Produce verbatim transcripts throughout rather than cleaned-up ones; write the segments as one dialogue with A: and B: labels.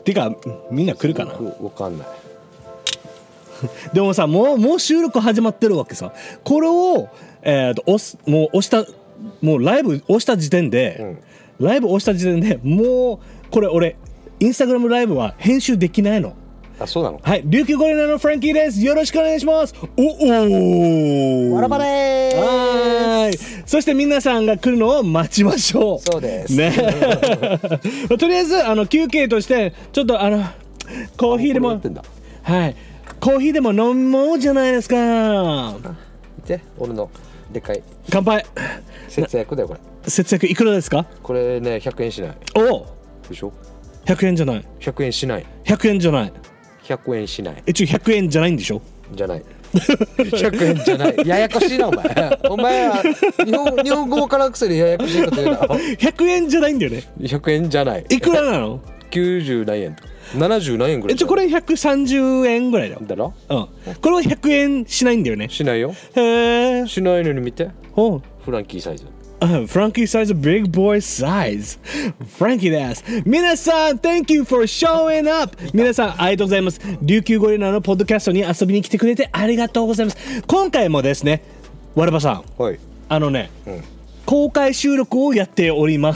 A: てかみんな来るかな。
B: わかんない。
A: でもさ、もうもう収録始まってるわけさ。これを、えー、と押すもう押したもうライブ押した時点で、うん、ライブ押した時点でもうこれ俺インスタグラムライブは編集できないの。
B: あ、そうなの。
A: はい、琉球ゴリラのフランキーです。よろしくお願いします。おお
B: わらばでーす。
A: はい、そして皆さんが来るのを待ちましょう。
B: そうです
A: ねとりあえずあの休憩としてちょっとあのコーヒーでも、はい、コーヒーでも飲もうじゃないですか。
B: 見て、俺のでかい
A: 乾杯。
B: 節約だよこれ。
A: 節約いくらですか？
B: これね、ひゃくえんしない。
A: おお
B: でしょ。
A: ひゃくえんじゃない。
B: ひゃくえんしない。
A: ひゃくえんじゃない。
B: ひゃくえんしない。
A: え、ちょひゃくえんじゃないんでしょ。
B: じゃないひゃくえんじゃない。ややこしいなお前お前は日本日本語からくせにややこしいこと言うな
A: ひゃくえんじゃないんだよね。
B: ひゃくえんじゃない。
A: いくらなの？
B: きゅうじゅう何円とななじゅう何円ぐらい。
A: え、ちょこれひゃくさんじゅうえんぐらいだよ。
B: だろ。
A: うん、これはひゃくえんしないんだよね。
B: しないよ。
A: へえ。
B: しないのに見て。
A: おう、
B: フランキーサイズ。
A: Uh, Frankie size, big boy size. Frankie です。皆さん、Thank you for showing up. 皆さん、ありがとうございます。琉球ゴリラのポッドキャストに遊びに来てくれてありがとうございます。今回もですね、わらばさん、
B: はい。
A: あのね、
B: うん、
A: 公開収録をやっております。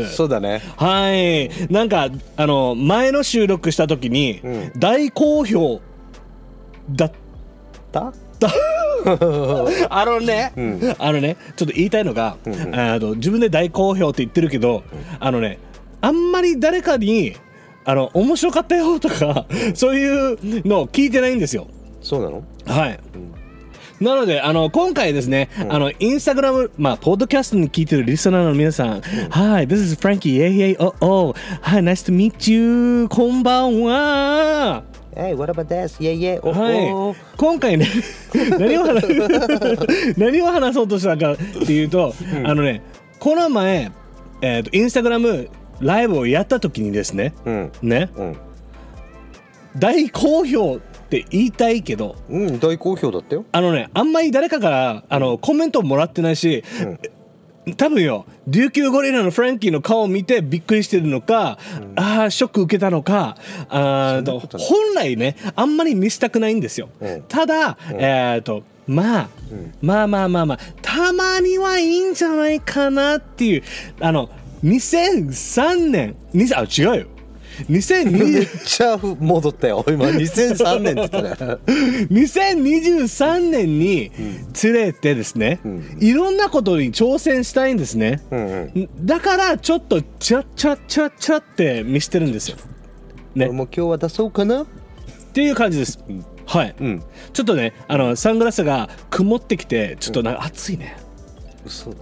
B: そうだね。
A: はい。なんか、あの、前の収録した時に、うん、大好評だったあのね、うん、あのね、ちょっと言いたいのが、うんうん、あの自分で大好評って言ってるけど、うん、あのね、あんまり誰かにあの面白かったよとか、うん、そういうのを聞いてないんですよ。
B: そうなの？
A: はい。うん、なのであの今回ですね、うん、あのインスタグラム、まあポッドキャストに聞いてるリスナーの皆さん、うん、Hi, this is Frankie. Yeah, yeah, oh, oh. Hi, nice to meet you. こんばんは。
B: はい、わらばです。いえいえ、お
A: はい、今回ね何を話何を話そうとしたかっていうと、うん、あのね、この前、えーと、インスタグラムライブをやった時にですね、うん、ね、うん、大好評って言いたいけど、
B: うん、大好評だったよ。あ
A: のね、あんまり誰かからあのコメントをもらってないし、うん、多分よ、琉球ゴリラのフランキーの顔を見てびっくりしてるのか、うん、ああショック受けたのか、あと本来ね、あんまり見せたくないんですよ、うん、ただ、うん、えーとまあ、うん、まあまあまあまあたまにはいいんじゃないかなっていう、あのにせんさんねんにあ違うよにせんにじゅう
B: めっちゃ戻ったよ今にせんさんねんって言ったね
A: にせんにじゅうさんねんに連れてですね、うん、いろんなことに挑戦したいんですね、うんうん、だからちょっとチャチャチャチャって見せてるんですよ、
B: ね、もう今日は出そうかな
A: っていう感じです、うん、はい、うん、ちょっとね、あのサングラスが曇ってきてちょっとなんか暑いね、
B: うん、嘘だ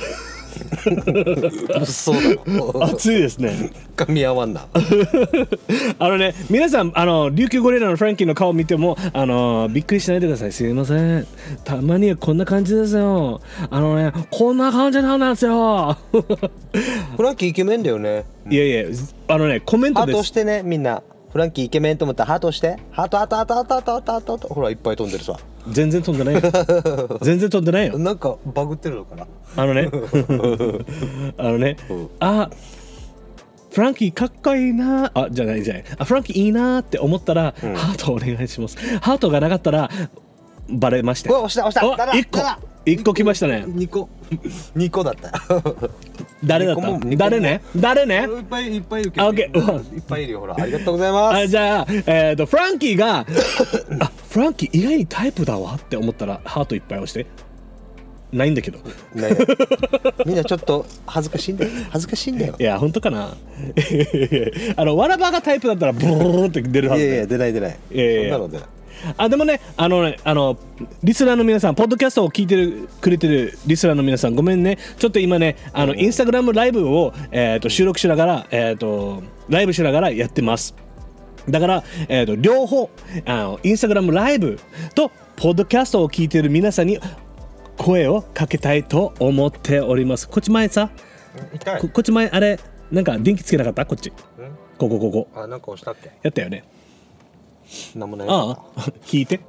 B: 嘘だ
A: 暑いですね
B: 噛み合わんな
A: あのね、皆さんあの琉球ゴリラのフランキーの顔を見てもあのびっくりしないでください。すいません、たまにはこんな感じですよ。あのね、こんな感じなんですよ
B: フランキーイケメンだよね。
A: いやいや、あのね、コメントです。
B: ハートしてね、みんなフランキーイケメンと思ったらハートして、ハートハートハートハートハートハートハート、ほらいっぱい飛んでるさ。
A: 全然飛んでないよ全然飛んでないよ。
B: なんかバグってるのかな。
A: あのねあのね、うん、あフランキーかっこいいなあ、じゃないじゃないあフランキーいいなって思ったら、うん、ハートお願いします。ハートがなかったらバレました。
B: 押した押した。
A: いっこいっこ来ましたね。
B: にこにこだった
A: 誰だった？誰ね誰ね
B: いっぱいいっぱいいるけど、
A: オッケー、
B: いっぱいいるよ。ほら、ありがとうございます。
A: あ、じゃあ、えーとフランキーがあフランキー意外にタイプだわって思ったらハートいっぱい押して。ないんだけど
B: ないみんなちょっと恥ずかしいんだよ恥ずかしいんだよ。
A: いや本当かなあのわらばがタイプだったらブーって出るはず、ね、
B: いやいや出ない出ない、いやいやそんなの出ない。
A: あでもね、あのね、あのリスナーの皆さん、ポッドキャストを聞いてるくれてるリスナーの皆さん、ごめんね、ちょっと今ね、あのインスタグラムライブを、えー、と収録しながら、えー、とライブしながらやってます。だから、えー、と両方あのインスタグラムライブとポッドキャストを聞いてる皆さんに声をかけたいと思っております。こっち前さ、こ, こっち前あれなんか電気つけなかった？こっち。ここここ。
B: あ、なんか押したっけ？
A: やったよね。
B: なんもない。
A: ああ、聞いて。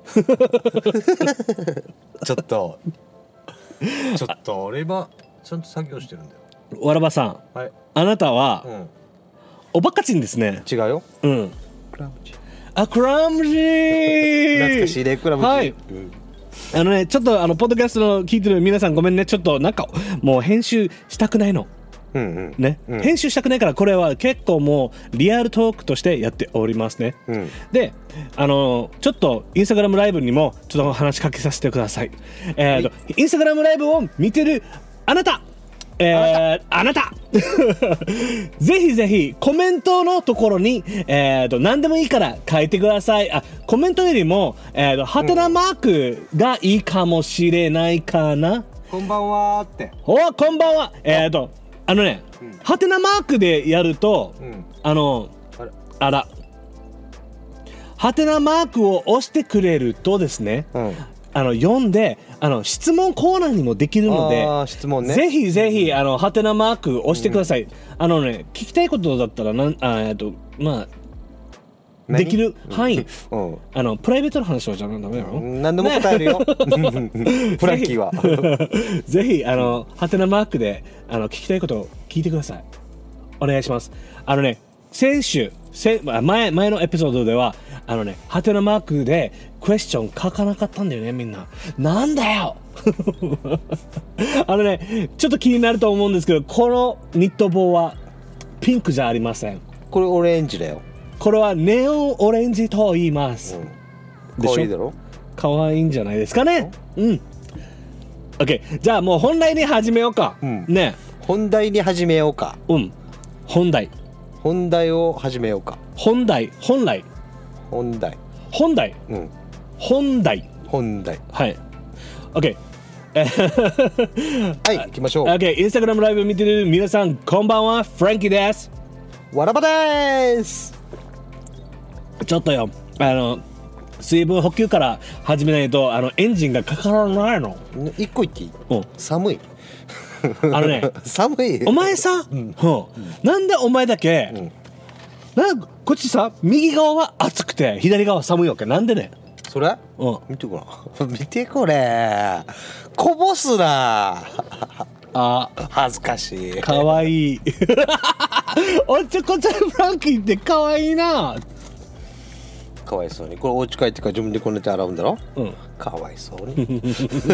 B: ちょっとちょっと俺はちゃんと作業してるんだよ。
A: わらばさん、
B: はい、
A: あなたは、 おバカチンですね。
B: 違うよ。
A: うん
B: クラムチ。
A: あクラムジー
B: 懐かしいねクラムチ。
A: はい、
B: うん、
A: あのねちょっとあのポッドキャストの聞いてる皆さんごめんね、ちょっとなんかもう編集したくないの。
B: うんうん
A: ね、うん、編集したくないからこれは結構もうリアルトークとしてやっておりますね、うん、であのちょっとインスタグラムライブにもちょっと話しかけさせてください。えーと、はい、インスタグラムライブを見てるあなた、えー、あなたぜひぜひコメントのところに、えー、と何でもいいから書いてください。あコメントよりも、えー、とハテナマークがいいかもしれないかな、うん、
B: こんばんはって。
A: おこんばんは。えーとあのね、うん、ハテナマークでやると、うん、あの あ, あらハテナマークを押してくれるとですね、うん、あの読んであの質問コーナーにもできるので、
B: あ質問ね、
A: ぜひぜひあのハテナマーク押してください、うん、あのね聞きたいことだったらなんあえっとまあできる範囲、うん、あのプライベートの話はじゃダメなの？
B: 何でも答えるよ。フラッキーは。
A: ぜひあのハテナマークであの聞きたいことを聞いてください。お願いします。あのね先週せ前前のエピソードではあのねハテナマークでクエスチョン書かなかったんだよねみんな。なんだよ。あのねちょっと気になると思うんですけど、このニット帽はピンクじゃありません。
B: これオレンジだよ。
A: これはネオンオレンジと言います、
B: うん、でしょ。かわいいだろ。
A: かわいいんじゃないですかね。うん OK じゃあもう本題に始めようか、うん、ね
B: 本題に始めようか。
A: うん本題
B: 本題を始めようか。
A: 本題本来
B: 本題
A: 本題うん本題
B: 本題
A: はい OK
B: はい行きましょう。
A: OK インスタグラムライブ見てる皆さんこんばんは、フランキーです。
B: わらばです。
A: ちょっとよあの水分補給から始めないとあのエンジンがかからないの。
B: 一個言っていい？
A: うん、
B: 寒い。
A: あのね
B: 寒い。
A: お前さ、うんうん、なんでお前だけ、うん、なんこっちさ右側は暑くて左側は寒いわけなんでね。
B: それ？うん、見てこら見てこれこぼすなあ。恥ずかしい。
A: かわいい。おっちょこちょいフランキーってかわいいな。
B: かわいそうに。これお家帰ってから自分でこねて洗うんだろ。うん。かわいそうに。うん。オ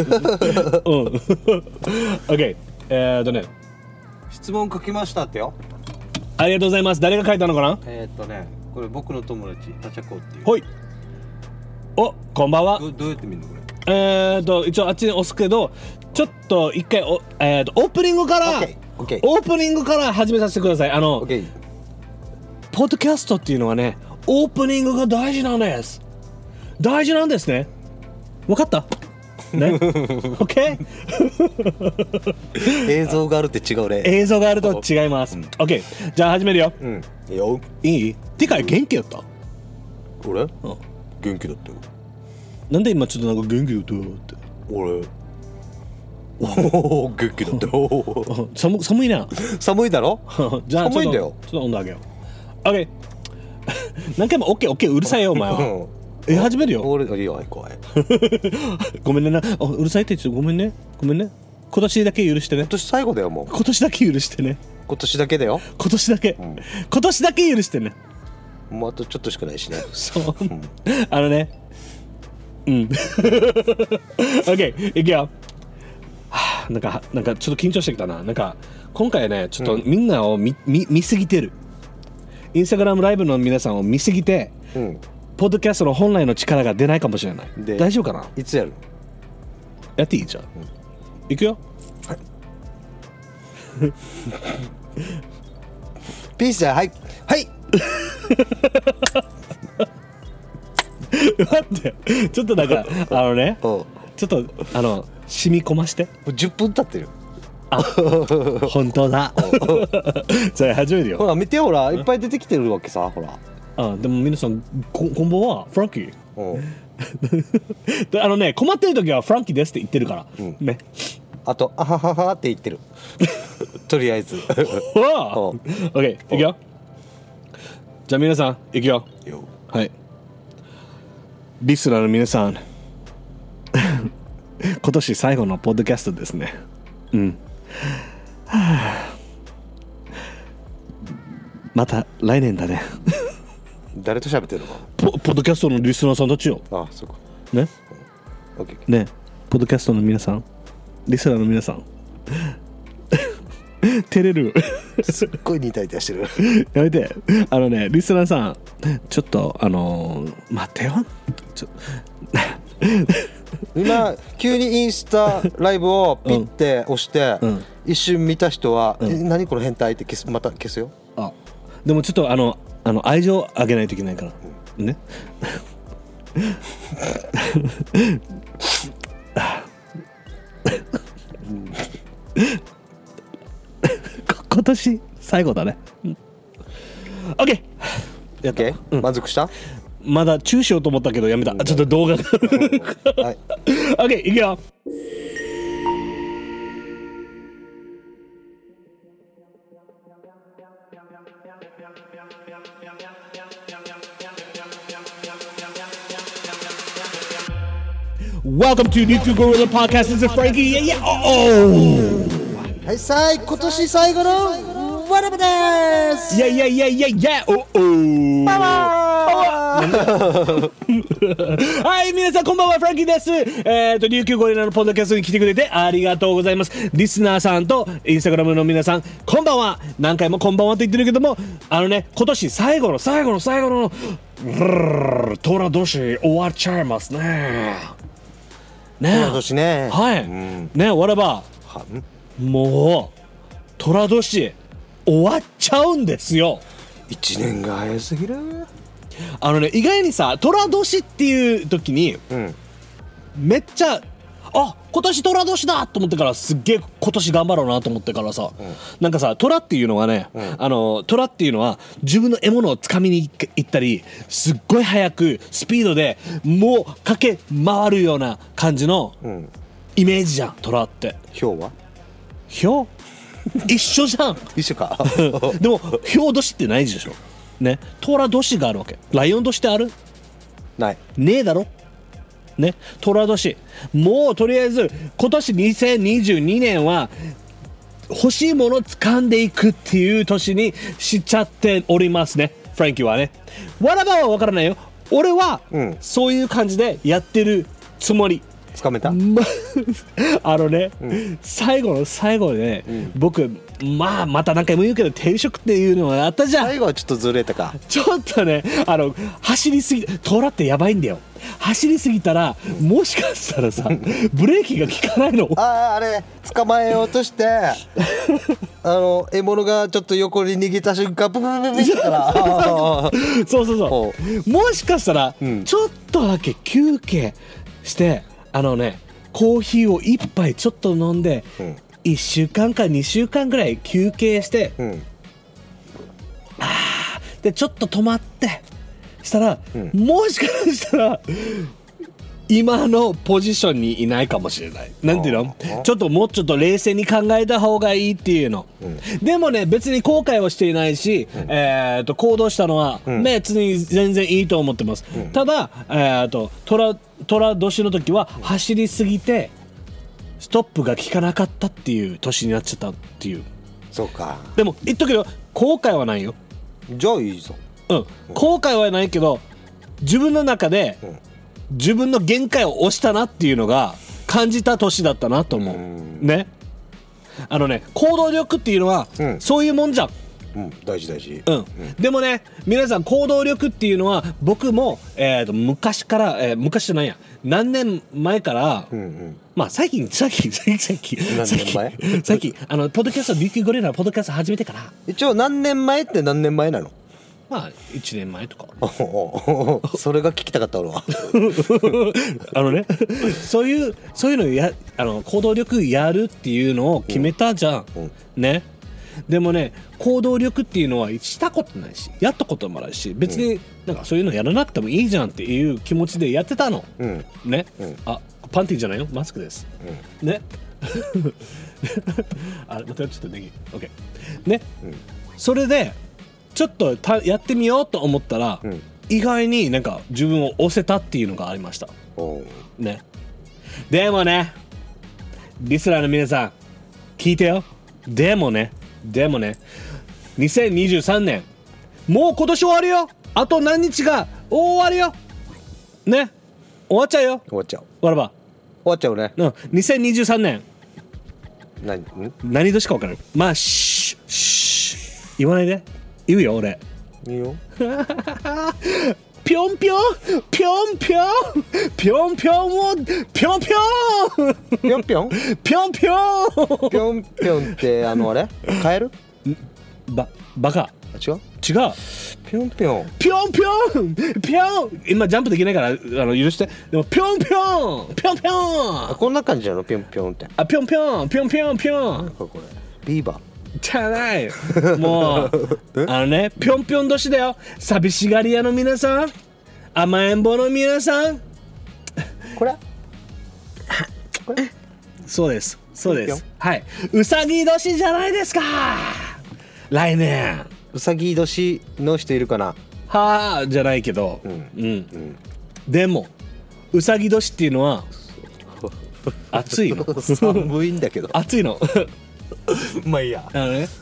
A: ッケー。えーとね。
B: 質問書きましたってよ。
A: ありがとうございます。誰が書いたのかな。
B: えーとね、これ僕の友達タチャコっていう。
A: ほい。お、こんばんは。
B: ど, どうやって見るのこれ。
A: えーと一応あっちに押すけど、ちょっと一回おえーとオープニングから。
B: Okay. Okay.
A: オープニングから始めさせてください。あの、
B: okay.
A: ポッドキャストっていうのはね、オープニングが大事なんです。大事なんですね。わかった？ね。OK？
B: 映像があるって違うね。
A: 映像があると違います。うん、OK。じゃあ始めるよ。
B: うん。いいよ。
A: いい？てか元気だった？
B: 俺？うん。元気だったよ。
A: なんで今ちょっとなんか元気だったよって。
B: 俺。おお元気だったよ。
A: 寒寒いな。
B: 寒いだろ。
A: じゃあ
B: 寒いんだよ。
A: ちょっと温度上げよう。OK。何回も OK OK うるさいよお前は。え始めるよ。
B: 俺いいよ怖い。
A: ごめんねな。うるさいって言ってごめんねごめんね。今年だけ許してね。
B: 今年最後だよもう。
A: 今年だけ許してね。
B: 今年だけだよ。
A: 今年だけ、うん、今年だけ許してね。
B: もうあとちょっとしかないしね。
A: そう。あのね。うん。OK いくよ。はあ、なんかなんかちょっと緊張してきたな。なんか今回ねちょっとみんなを見、うん、見, 見すぎてる。インスタグラムライブの皆さんを見すぎて、うん、ポッドキャストの本来の力が出ないかもしれない。大丈夫かな。
B: いつやる？
A: やっていいじゃん、うん、いくよ。はい
B: ピースじゃはいはい
A: 待ってちょっとなんかあのねちょっとあの染み込まして。
B: もうじゅっぷん経ってる。
A: あ本当だ。じゃあ始めるよ。
B: ほら見てほらいっぱい出てきてるわけさほら。
A: あでも皆さん こ, こんばんはフランキー。あのね困ってる時はフランキーですって言ってるから、うん、ね。
B: あとあはははって言ってる。とりあえず。オ
A: ッケーいくよ。じゃあ皆さんいくよ。
B: よ
A: はい。リスナーの皆さん今年最後のポッドキャストですね。うん。はあ、 また来年だね
B: 誰と喋ってるのか
A: ポ, ポッドキャストのリスナーさんたちよ。
B: ああそうか
A: ね、
B: うん、OK
A: ね、ポッドキャストの皆さん、リスナーの皆さん照れる
B: すっごい似たりしてる
A: やめて。あのね、リスナーさんちょっとあのー、待ってよちょ
B: 今急にインスタライブをピッて押して、うん、一瞬見た人は、うん、え何この変態って消す、また消すよ。
A: あ、でもちょっとあのあの愛情あげないといけないから、うん、ね今年最後だね。オッケー
B: やった、okay? うん、満足した？
A: まだチューしようと思ったけどやめた、うん、ちょっと動画がはい、オッケーいくよ。Welcome to Nuku Gorilla Podcast. This is Frankie. Yeah, yeah. Oh.
B: はい、さあ今年最後のワラバです。
A: いやいやいやいやいや。おお。パワー。はい、皆さんこんばんは、フランキーです。えっと琉球ゴリラのポッドキャストに来てくれてありがとうございます。リスナーさんとインスタグラムの皆さん、こんばんは。何回もこんばんはと言ってるけども、あのね、今年最後の最後の最後のトラ年終わっちゃいますね。ね、
B: 寅年ね、
A: はい、うん、ね、わらばもう寅年終わっちゃうんですよ。
B: 一年が早すぎる。
A: あのね、意外にさ寅年っていう時に、うん、めっちゃあ今年寅年だと思ってからすっげえ今年頑張ろうなと思ってからさ、うん、なんかさ寅っていうのはね、うん、あの寅っていうのは自分の獲物をつかみに行ったりすっごい速くスピードでもう駆け回るような感じのイメージじゃん寅って。
B: ヒョウは
A: ヒョウ一緒じゃん
B: 一緒か
A: でもヒョウ年ってないでしょね。寅年があるわけ。ライオン年ってある？
B: ない
A: ねえだろね、寅年もうとりあえず今年にせんにじゅうにねんは欲しいものを掴んでいくっていう年にしちゃっておりますね。フランキーはね、わらばは分からないよ。俺はそういう感じでやってるつもり。
B: つかめた？
A: あのね、うん、最後の最後でね、うん、僕まあまた何回も言うけど転職っていうのがあったじゃん。
B: 最後はちょっとずれたか。
A: ちょっとね、あの走りすぎトラってやばいんだよ。走りすぎたらもしかしたらさブレーキが効かないの。
B: ああ、あれ捕まえようとしてあの獲物がちょっと横に逃げた瞬間ブブブブブってから
A: そうそうそう、もしかしたら、うん、ちょっとだけ休憩してあのねコーヒーを一杯ちょっと飲んで、うん、いっしゅうかんかにしゅうかんぐらい休憩して、うん、あでちょっと止まってしたら、うん、もしかしたら今のポジションにいないかもしれない。なんていうの、ちょっともうちょっと冷静に考えた方がいいっていうの、うん、でもね別に後悔はしていないし、うん、えー、と行動したのは、うん、別に全然いいと思ってます、うん、ただ、えー、と寅寅年の時は走りすぎてストップが効かなかったっていう年になっちゃったっていう。
B: そうか。
A: でも言っとくけど後悔はないよ。
B: じゃあいいぞ。
A: うん、後悔はないけど自分の中で、うん、自分の限界を押したなっていうのが感じた年だったなと思う、うん、ね。あのね行動力っていうのは、うん、そういうもんじゃん、
B: うん、大事大事、
A: うんうん、でもね皆さん行動力っていうのは僕も、えー、と昔から、えー、昔じゃないや何年前から、うんうん、まあ最近最近最近最近
B: 何年前
A: 最近あのポッドキャスト琉球ゴリラのポッドキャスト始めてから
B: 一応何年前って何年前なの？
A: まあいちねんまえとか
B: それが聞きたかった俺は
A: あのねそういうそういうのやあの行動力やるっていうのを決めたじゃん、うんうん、ね。でもね行動力っていうのはしたことないしやったこともないし別になんかそういうのやらなくてもいいじゃんっていう気持ちでやってたの、うん、ね、うん、あパンティじゃないよマスクです、うん、ねあまたちょっとネギ OK ね、うん、それでちょっとたやってみようと思ったら、うん、意外になんか自分を押せたっていうのがありました、ね。でもねリスナーの皆さん聞いてよ。でもねでもねにせんにじゅうさんねんもう今年終わるよ。あと何日が終わるよね。終わっちゃうよ。
B: 終わっちゃう。
A: わらば
B: 終わっちゃうね。
A: うん。にせんにじゅうさんねん
B: 何ん
A: 何年か分からない。まあシュッシュッ言わないで。言うよ俺。
B: いいよ。
A: ぴょんぴょんぴょんぴょんぴょんぴょんをぴょんぴょん
B: ぴょんぴょん
A: ぴょんぴょん
B: ぴょんぴょんってあのあれカエル
A: ばバカ
B: あ違う
A: 違う
B: ぴょんぴょん
A: ぴょんぴょんぴょん今ジャンプできないからあの許して。でもぴょんぴょんぴょんぴょん
B: あこんな感じなのぴょんぴょんって
A: あぴょんぴょんぴょんぴょんぴょん
B: これこれビーバー
A: じゃないもうあのねぴょんぴょん年だよ。寂しがり屋の皆さん甘えん坊の皆さん
B: これこれ
A: そうですそうで
B: ぴょん
A: すはい。うさぎ年じゃないですか来年。
B: うさぎ年の人いるかな。
A: はあじゃないけど
B: うん
A: うん、
B: うん
A: でもうさぎ年っていうのは暑いの
B: 寒いんだけど
A: 暑いの
B: まあいいや。
A: あのね、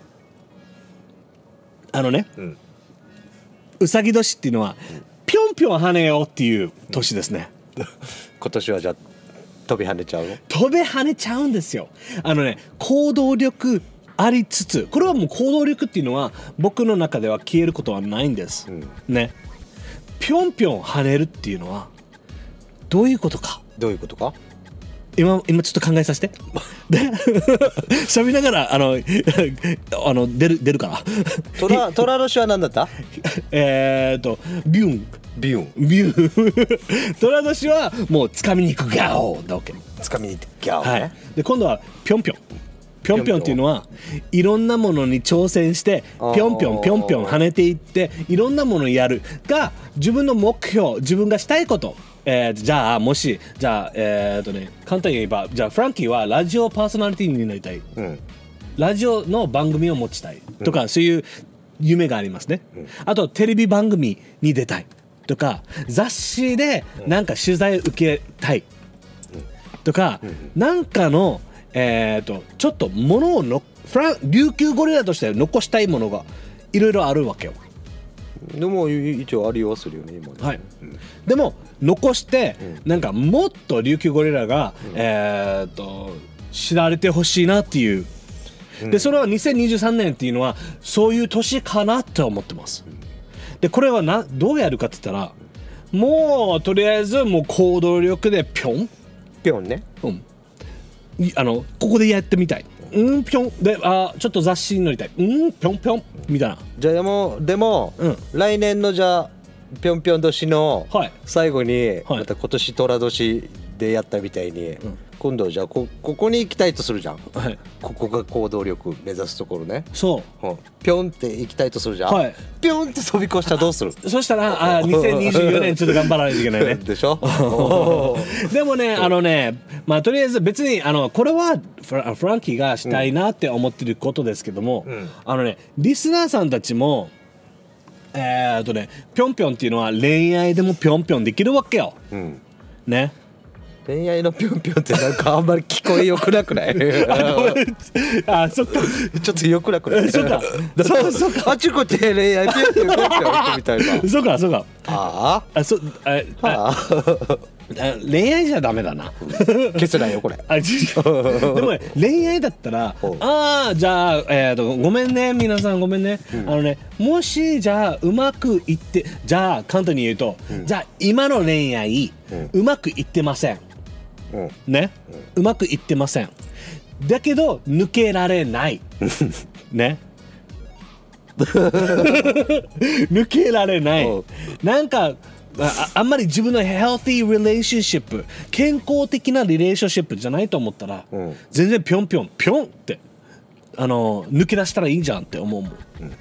A: あのね、
B: うん
A: うさぎ年っていうのはぴょんぴょん跳ねようっていう年ですね。
B: 今年はじゃあ飛び跳ねちゃうの。
A: 飛べ跳ねちゃうんですよ。あのね行動力ありつつ、これはもう行動力っていうのは僕の中では消えることはないんです、
B: うん
A: ね。ぴょんぴょん跳ねるっていうのはどういうことか。
B: どういうことか。
A: 今今ちょっと考えさせて。で喋りながらあのあの出る出るから
B: トラトラ年は何だった。
A: えーっとビュン
B: ビュン
A: ビュン虎年はもうつかみに行くガオーだわけ。
B: つかみに行ってギャオ
A: はい
B: ね。
A: で今度はぴょんぴょんぴょんぴょんっていうのはいろんなものに挑戦してぴょんぴょんぴょんぴょん跳ねていっていろんなものをやるが自分の目標自分がしたいこと、えー、じゃあもしじゃあえー、っとね簡単に言えばじゃあフランキーはラジオパーソナリティになりたい、
B: うん、
A: ラジオの番組を持ちたいとか、うん、そういう夢がありますね、うん、あとテレビ番組に出たいとか雑誌でなんか取材受けたいとか、うん、なんかのえー、とちょっとものをのフラン琉球ゴリラとして残したいものがいろいろあるわけよ。
B: でも一応ありはするよね今ね。
A: はい、うん、でも残して、うん、なんかもっと琉球ゴリラが、うん、えー、と知られてほしいなっていう、うん、でそれはにせんにじゅうさんねんっていうのはそういう年かなって思ってます、うん、でこれはなどうやるかって言ったらもうとりあえずもう行動力でピョン
B: ピョンね、
A: うんあのここでやってみたい。うんぴょんであちょっと雑誌に載りたい。うんぴょんぴょんみたいな。
B: じゃあでもでも、うん、来年のじゃあぴょんぴょん年の最後に、はい、また今年寅年でやったみたいに、うん、今度じゃあ こ, ここに行きたいとするじゃん、はい、ここが行動力目指すところね。
A: そう、
B: うん、ぴょんって行きたいとするじゃん、はい、ぴょんって飛び越したらどうする。
A: そしたらあにせんにじゅうよねんちょっと頑張らないといけないね
B: でしょ
A: でもねあのねまあとりあえず別にあのこれはフ ラ, フランキーがしたいなって思ってることですけども、うん、あのねリスナーさんたちもえー、っとねぴょんぴょんっていうのは恋愛でもぴょんぴょんできるわけよ、うん、ね。
B: 恋愛のぴょんぴょんってなんかあんまり聞こえよくなくない
A: あ, あそっか
B: ちょっとよくなくない
A: そっかそうそっか
B: あちこちで恋愛ぴょんぴょんぴょんぴょんみたいな
A: そうかそうか
B: あ
A: あそああ恋愛じゃダメだな
B: 消せないよこれ
A: あでもね恋愛だったらああじゃあ、えー、とごめんね皆さんごめんね、うん、あのねもしじゃあうまくいってじゃあ簡単に言うと、うん、じゃあ今の恋愛、うん、うまくいってません、うん、ね、うん、うまくいってませんだけど抜けられないね抜けられないなんか あ, あんまり自分の healthy relationship 健康的なリレーションシップじゃないと思ったら、うん、全然ぴょんぴょんぴょんってあの抜け出したらいいんじゃんって思うもん、うん、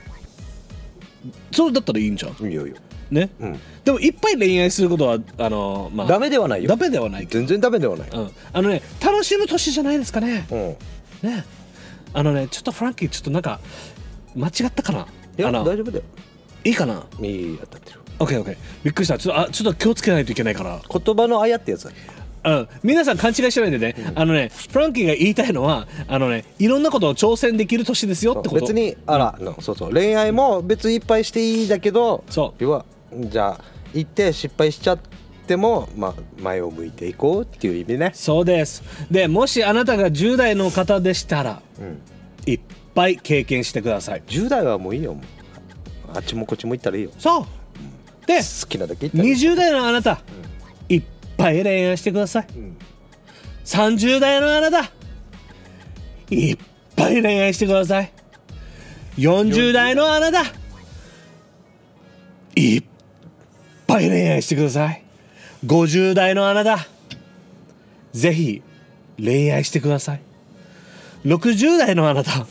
A: それだったらいいんじゃん。
B: いいよいいよ
A: ね、うん、でもいっぱい恋愛することはあの、まあ、
B: ダメではないよ。
A: ダメではない
B: 全然ダメではない、
A: うん、あのね楽しむ年じゃないですかね、うん、ねあのねちょっとフランキーちょっとなんか間違ったかな。
B: いや大丈夫だよ。
A: いいかな。
B: いい当たってる。
A: オッケーオッケーびっくりした。ちょっとあちょっと気をつけないといけないから。
B: 言葉のあやってやつ。
A: うん、皆さん勘違いしてないんでね、うん、あのねフランキーが言いたいのはあのねいろんなことを挑戦できる年ですよってこと。
B: 別にあら、うん、そうそう恋愛も別にいっぱいしていいだけど、そう要はじゃあ行って失敗しちゃっても、まあ、前を向いていこうっていう意味ね。
A: そうです。でもしあなたがじゅう代の方でしたら、うん、いっぱい経験してください。
B: じゅう代はもういいよ、もうあっちもこっちも行ったらいいよ。
A: そう、うん、で
B: 好きなだけ行ったらいい。
A: にじゅう代のあなた、うん、いっぱい恋愛してください、うん、さんじゅう代のあなたいっぱい恋愛してください。よんじゅう代のあなたいっぱい恋愛してください。ごじゅう代のあなたぜひ恋愛してください。ろくじゅう代のあなた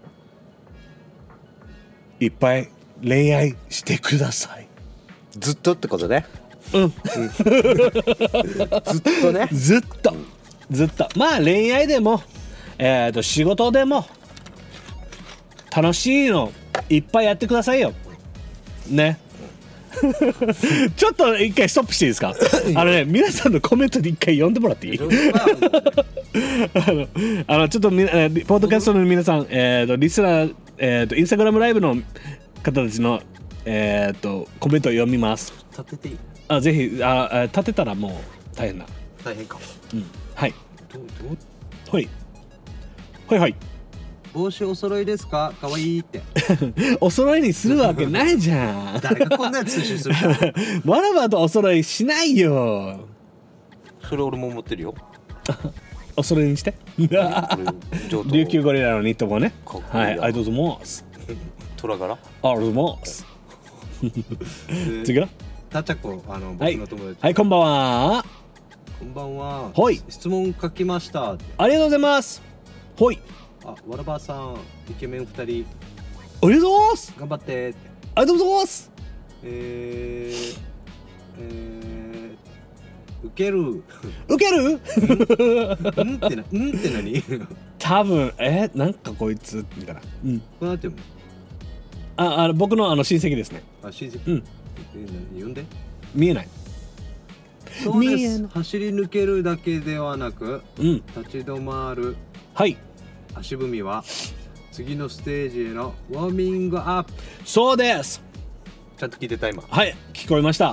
A: いっぱい恋愛してください。
B: ずっとってことね。
A: うん、うん、ず
B: っとね
A: ずっとずっとまあ恋愛でも、えー、と仕事でも楽しいのいっぱいやってくださいよね。ちょっと一回ストップしていいですか。あのね皆さんのコメントで一回読んでもらっていい？あのあのちょっとみポッドキャストの皆さん、えー、とリスナー、えー、とインスタグラムライブの方たちの、えー、とコメントを読みます。
B: 立てていい？
A: あぜひあ立てたらもう大変だ。
B: 大変か。
A: うんはい。
B: どど
A: はいはいはい。
B: 帽子お揃いですか？かわいいって
A: お揃いにするわけないじゃん。
B: 誰がこんなやつするか。
A: わらばとお揃いしないよ。
B: それ俺も持ってるよ。
A: お揃いにして。琉球ゴリラのニットもね。はい、ありがとうございます。
B: 虎柄？あ
A: りがとうございます。次は？
B: たちゃこ、あの僕の友達、
A: はい。はい、こんばんは。
B: こんばんは。
A: はい。
B: 質問書きました。あ
A: りがとうございます。はい。
B: あ、わらばさん、イケメンふたり。
A: ありがとうございます。
B: 頑張って。
A: ありがとうございます。
B: えー、えー、ウケる。
A: ウケる？
B: うんってな、うんって何？
A: 多分、えー、なんかこいつみたいな。うん。
B: これなんていうの？
A: あ、あの僕のあの親戚ですね。
B: あ、親戚。
A: うん。
B: えー、呼んで。
A: 見えない。
B: そうです。走り抜けるだけではなく、
A: うん、
B: 立ち止まる。
A: はい。
B: 足踏みは次のステージへのウォーミングアップ。
A: そうです。
B: ちゃんと聞いてた今。
A: はい、聞こえました。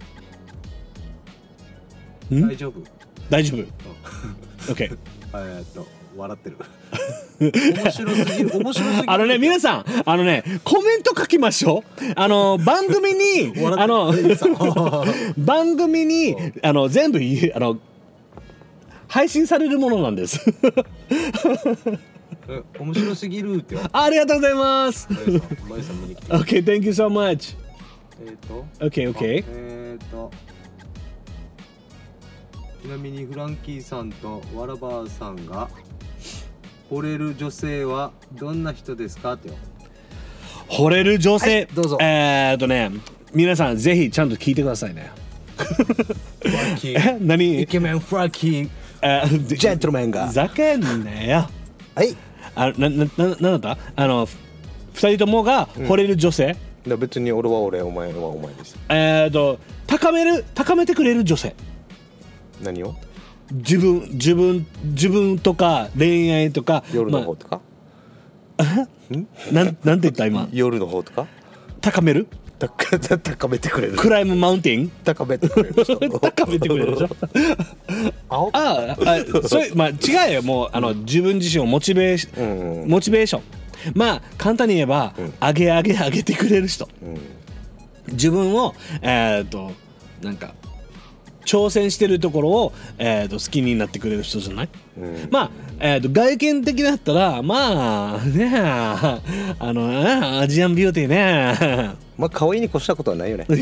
B: 大丈夫？
A: 大丈夫。オッケー。
B: えっと笑ってる。面白すぎる。面白すぎる。
A: あのね皆さんあのねコメント書きましょう。あの番組にあの番組にあの全部あの配信されるものなんです。
B: 面白すぎるって。
A: ありがとうございます。Okay, thank you so much.
B: えっと
A: Okay, okay.
B: えっとちなみにフランキーさんとわらばーさんが惚れる女性はどんな人ですかって。
A: 惚れる女性、
B: はい、どうぞ。
A: えーっとね皆さんぜひちゃんと聞いてくださいね。
B: フランキ
A: ー何？
B: イケメンフランキージェントルマンが
A: ざけんなよ。
B: はい。
A: あななななんだった？あの二人ともが惚れる女性？
B: うん、別に俺は俺お前はお前です。
A: えーっと高める高めてくれる女性。
B: 何を？
A: 自分自分自分とか恋愛とか
B: 夜の方とか、
A: まあ、なんなんて言った今？
B: 夜の方とか
A: 高める？
B: 高めてくれる。
A: クライムマウンテン？
B: 高めてくれる人。
A: 高めてくれるでしょ。ああ、あ、それまあ違うよ。もうあの自分自身をモチベーション、うんうん、モチベーション。まあ簡単に言えば、うん、上げ上げ上げてくれる人。うん、自分をえー、っとなんか挑戦してるところを、えー、と好きになってくれる人じゃない？うん、まあ、えー、と外見的だったらまあねあのアジアンビューティーね。
B: まあ可愛いに越したことはないよね。それ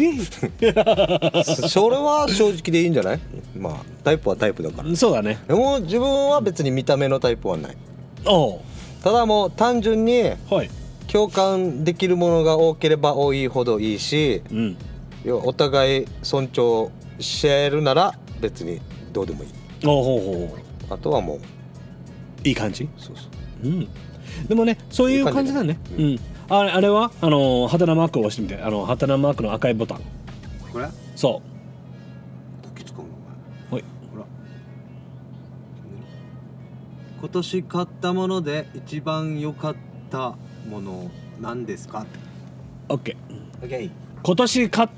B: は正直でいいんじゃない？まあタイプはタイプだから。
A: そうだね。
B: でも自分は別に見た目のタイプはない。
A: おう。
B: ただもう単純に、
A: はい、
B: 共感できるものが多ければ多いほどいいし、うん、要はお互い尊重シェるなら別にどうでもいい。
A: おうほうほ
B: う。あとはもう
A: いい感じ。
B: そうそう。
A: うん。でもねそういう感じだね。うん。うん、あれあれはあのハテナマークを押してみて。あのハテナマークの赤いボタン。
B: これ？
A: そう。
B: どっち使うのお前。
A: はい。
B: ほら。 今年買ったもので一番良かったもの何ですか？
A: OK、
B: OK、
A: 今年買って、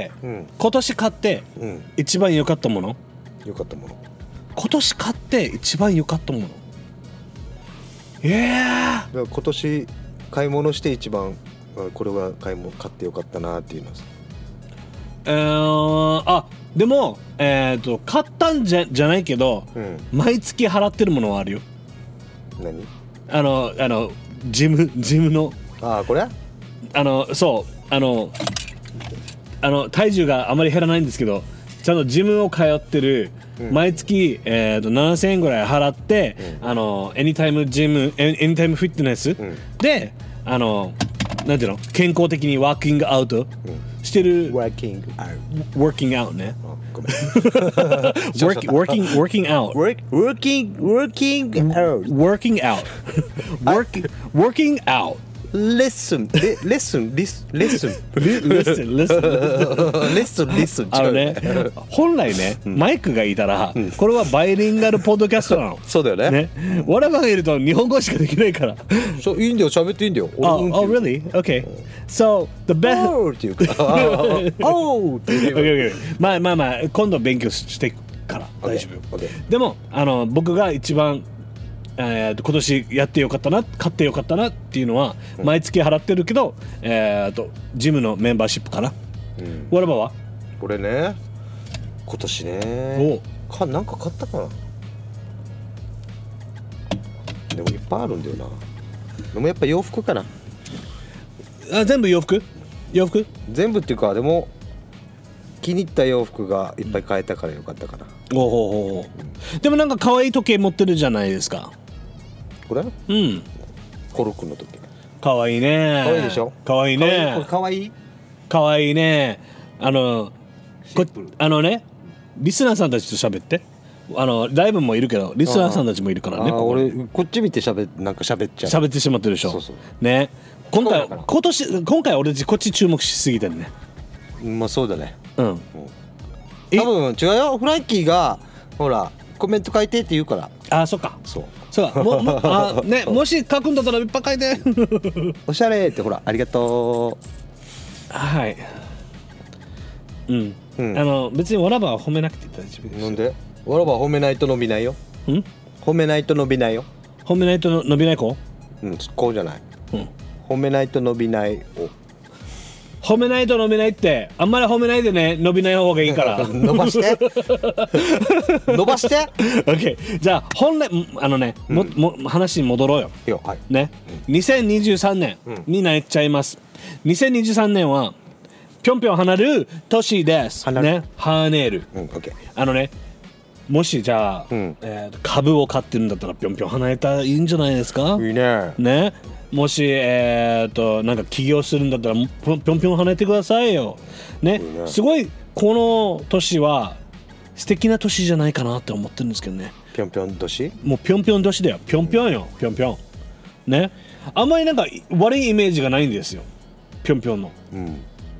A: うん、今年買って、うん、一番良かったもの
B: 良かったもの
A: 今年買って一番良かったものいや
B: ー今年買い物して一番これは買い物買って良かったなっていうのは
A: えー、あでも、えー、と買ったんじゃ、じゃないけど、うん、毎月払ってるものはあるよ。
B: 何？
A: あのあのジムジムの
B: ああこれ
A: あのそうあのあの体重があまり減らないんですけどちゃんとジムを通ってる、うん、毎月、えー、とななせんえんぐらい払って、うん、あのエニタイムジムエニタイムフィットネス、うん、であのなんていうの健康的にワーキングアウトしてる、
B: ワーキングアウ
A: トワーキングアウトねごめんworking working out
B: working working out
A: working out working working out
B: レッスンレレッスンレッスンレッスン
A: レッスンレッスン
B: レッスンレッスン
A: あのね本来ねマイクがいたらこれはバイリンガルポッドキャストなの。
B: そうだよね。
A: 我々がいると日本語しかできないから。
B: そういいんだよ喋っていいんだよ。
A: あ、oh really? Okay. So the best.
B: Oh っていうか。Oh っていう。
A: Okay okay. まあまあまあ今度勉強していくから大丈夫。でもあの僕が一番えー、と今年やってよかったな買ってよかったなっていうのは、うん、毎月払ってるけど、えー、とジムのメンバーシップかな。うん、わらばは
B: これね今年ねおかなんか買ったかな。でもいっぱいあるんだよな。でもやっぱ洋服かな。
A: あ全部洋服洋服
B: 全部っていうかでも気に入った洋服がいっぱい買えたからよかったかな。
A: おお、うん、でもなんか可愛い時計持ってるじゃないですか。
B: これ
A: うん
B: コルクの時計
A: 可愛いね。
B: 可愛いでしょ。
A: 可愛いね。
B: これ可愛い
A: 可愛いね。あのこあのねリスナーさんたちと喋ってあのライブもいるけどリスナーさんたちもいるからね。
B: ああ俺こっち見て喋なんか喋っちゃう
A: 喋ってしまってるでしょ。
B: そうそう
A: ね今回今年今回俺こっち注目しすぎてるね。
B: まあそうだね。
A: うん、うん、
B: 多分違うよ。フランキーがほらコメント書いてって言うから。
A: あそっか
B: そう
A: そうか も, も, あ、ね、もし書くんだったらいっぱい書いて
B: おしゃれってほらありがと
A: う。はいうん、うん、あの別にわらばは褒めなくて大丈夫です。
B: なんでわらば褒めないと伸びないよ。
A: ん
B: 褒めないと伸びないよ。
A: 褒めないと伸びない子
B: うんこうじゃない、
A: うん、
B: 褒めないと伸びないを
A: 褒めないと伸びないってあんまり褒めないでね伸びない方がいいから
B: 伸ばして伸ばして
A: OK じゃあ本来あのね、うん、もも話に戻ろうよ。
B: よ、はい、
A: ね、うん、にせんにじゅうさんねんになっちゃいます、うん、にせんにじゅうさんねんはぴょんぴょん離れる年ですね。跳ねる、
B: うん、OK
A: あのねもしじゃあ、うんえー、株を買ってるんだったらぴょんぴょん離れたらいいんじゃないですか。
B: いいね。
A: ねもし、えー、となんか起業するんだったらぴょんぴょん跳ねてくださいよ、ね、いいね。すごいこの年は素敵な年じゃないかなって思ってるんですけどね。
B: ぴょんぴょん年
A: もうぴょんぴょん年だよ。ぴょんぴょんよぴょんぴょんね。あんまりなんか悪いイメージがないんですよぴょんぴょんの、うん、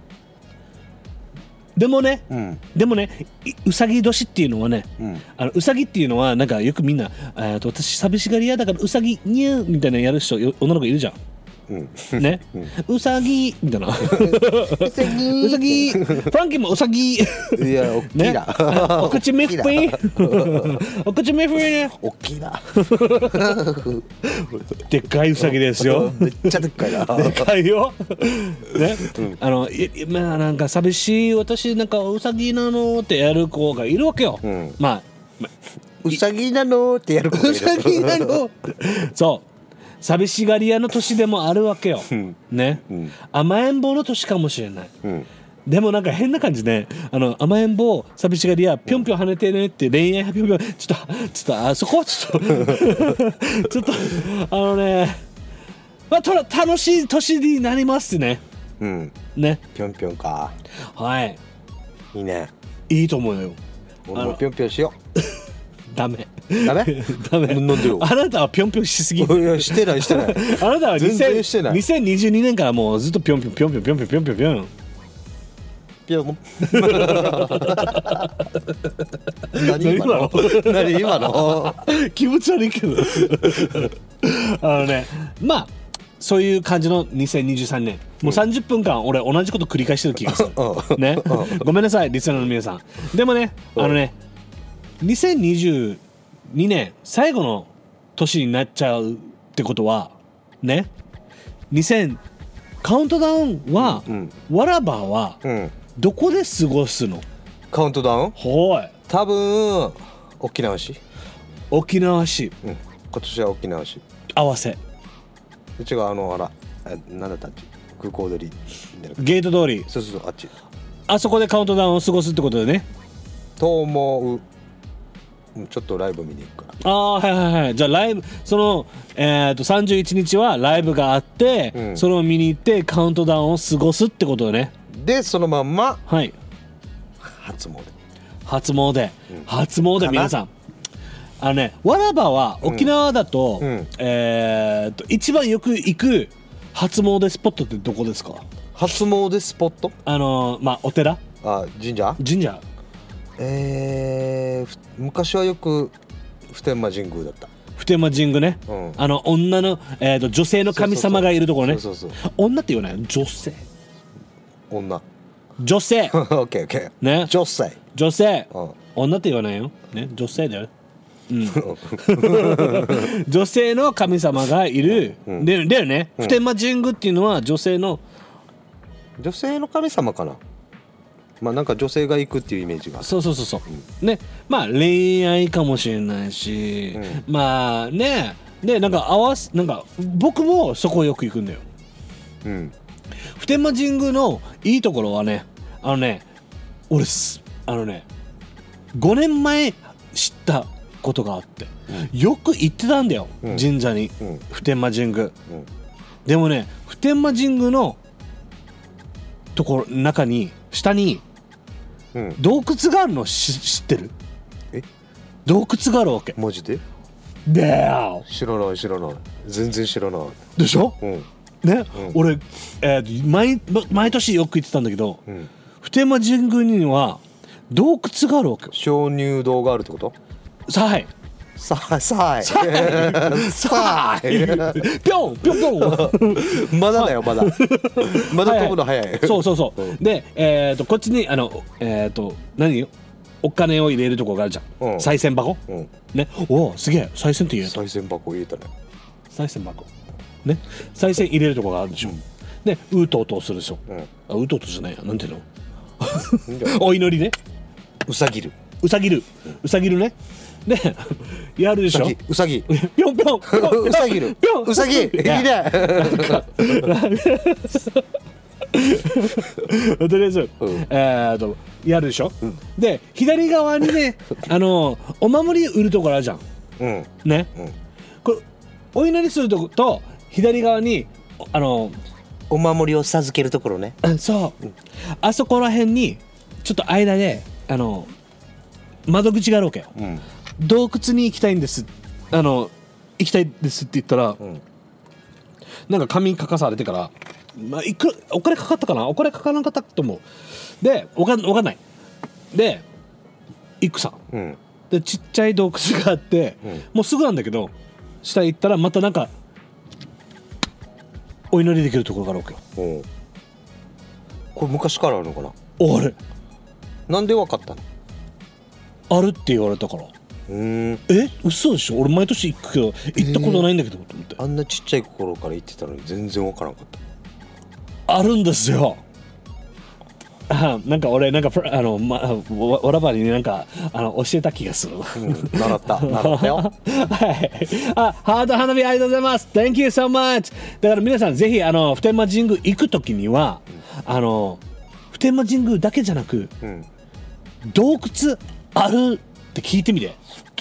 A: でもね、うん、でもねうさぎ年っていうのはね、うん、あのうさぎっていうのはなんかよくみんなえと私寂しがり屋だからうさぎニューみたいなやる人女の子いるじゃん、うん、ね、うん、うさぎみたいなうさぎうさぎフランキーもうさぎい
B: やおっきいな、
A: ね、お口めっぷいお口めっぷいね
B: おっきいな
A: でっかいうさぎですよ
B: めっちゃでっかいな
A: でっかいよね、うん、あのいまあなんか寂しい私なんかうさぎなのってやる子がいるわけよ、うん、まあ、まあ、
B: うさぎなのってやる子がいるう
A: さぎなのそう寂しがり屋の年でもあるわけよ、うん、ね、うん、甘えん坊の年かもしれない、うん、でもなんか変な感じね。あの甘えん坊寂しがり屋ぴょんぴょん跳ねてねって恋愛ぴょんぴょんちょっとちょっとあそこはちょっとちょっとあのねまあとら楽しい年になりますね。
B: うん
A: ね
B: ぴょんぴょんか。
A: はい
B: いいね。
A: いいと思うよ。
B: 俺もぴょんぴょんしよう。
A: ダメ
B: ダメ
A: ダメ。
B: なんでよ。
A: あなたはぴょんぴょんしすぎ。い
B: やしてないしてない。
A: あなたは
B: 全然してない。
A: にせんにじゅうにねんからもうずっとぴょんぴょんぴょんぴょんぴょんぴょんぴょんぴょん。
B: ピョン何今の何今の
A: 気持ち悪いけどあのねまあそういう感じのにせんにじゅうさんねんもうさんじゅっぷんかん俺同じこと繰り返してる気がするねごめんなさいリスナーの皆さんでもねあのねにせんにじゅうにねん最後の年になっちゃうってことはねにせんカウントダウンは、うんうん、わらばは、うん、どこで過ごすの？
B: カウントダウン？
A: はい。
B: 多分沖縄市。
A: 沖縄市。
B: うん。今年は沖縄市。
A: 合わせ。
B: うちがあのあらなんだったっけ空港通り。
A: ゲート通り。
B: そうそうそうあっち。
A: あそこでカウントダウンを過ごすってことでね。
B: と思う。ちょっとライブ見に行くから。
A: ああはいはいはい。じゃあライブそのえっとさんじゅういちにちはライブがあって、うん、それを見に行ってカウントダウンを過ごすってことね。
B: でそのまんま
A: はい
B: 初詣
A: 初詣、うん、初詣皆さんあのねわらばは沖縄だと、うん、えー、っと一番よく行く初詣スポットってどこですか？
B: 初詣スポット？
A: あのまあお寺？
B: あ神社？
A: 神社。
B: えー、昔はよく普天間神宮だった。
A: 普天間神宮ね、うん、あの女の、えー、と女性の神様がいるところね。
B: そうそうそうそう
A: 女って言わない女性
B: 女
A: 女性
B: オッケーオッケー
A: ね
B: 女性
A: 女性、うん、女って言わないよね女性だよ、うん、女性の神様がいる、うん、でだよね、うん、普天間神宮っていうのは女性の
B: 女性の神様かな。まあなんか女性が行くっていうイメージが
A: そうそうそうそう、うん、ねまあ恋愛かもしれないし、うん、まあねでなんか合わせなんか僕もそこよく行くんだよ、うん、普天間神宮のいいところはねあのね俺あのねごねんまえ知ったことがあって、うん、よく行ってたんだよ、うん、神社に、うん、普天間神宮、うん、でもね普天間神宮のところ中に下にうん、洞窟があるの知ってる？え？洞窟があるわけ。
B: マジで？
A: で
B: 知らない知らない全然知らない
A: でしょ？うん、ね、うん、俺、えー、毎, 毎年よく行ってたんだけど、うん、普天間神宮には洞窟があるわけよ。
B: 鍾乳洞があるってこと？
A: はい
B: さあさあ
A: さあぴょんぴょんぴょん
B: まだだよまだまだ飛ぶの早い、はいはい、
A: そうそうそう、うん、で、えー、とこっちにあのえっ、ー、と何よお金を入れるとこがあるじゃん、うん、賽銭箱、うん、ねおおすげえ賽銭って言えた
B: 賽銭箱入れたね
A: 賽銭箱ね賽銭入れるとこがあるでしょ、うん、でうとうとするでしょ、うん、あうとうとじゃないやなんていうのお祈りね
B: うさぎる
A: うさぎるうさぎるねでやるでしょ
B: うさぎ
A: ぴょんぴょん
B: うさぎるうさぎいいね
A: とりあえず、うん、えーとやるでしょ、うん、で左側にねあのお守り売るところあるじゃん、うん、ね、うん、これお祈りするとこと左側にあの
B: お守りを授けるところね
A: そう、うん、あそこら辺にちょっと間であの窓口があるわけよ、うん、洞窟に行きたいんですあの行きたいですって言ったら、うん、なんか紙書かされてから、まあ、いくらお金かかったかなお金かからなかったと思うでわかん、わかんないで行くさ、うん、でちっちゃい洞窟があって、うん、もうすぐなんだけど下行ったらまたなんかお祈りできるところがあるわけよ、うん、
B: これ昔からあるのかな
A: あれ
B: なんでわかったの
A: あるって言われたから。うーんえ嘘でしょ俺毎年行くけど行ったことないんだけど、えー、と思って
B: あんなちっちゃい頃から行ってたのに全然わからんかった
A: あるんですよあなんか俺なんかあの、ま、わ, わらばになんかあの教えた気がする、うん、
B: 習った習ったよはい
A: あハート花火ありがとうございます Thank you so much だから皆さんぜひあの普天間神宮行くときには、うん、あの普天間神宮だけじゃなく、うん、洞窟あるって聞いてみて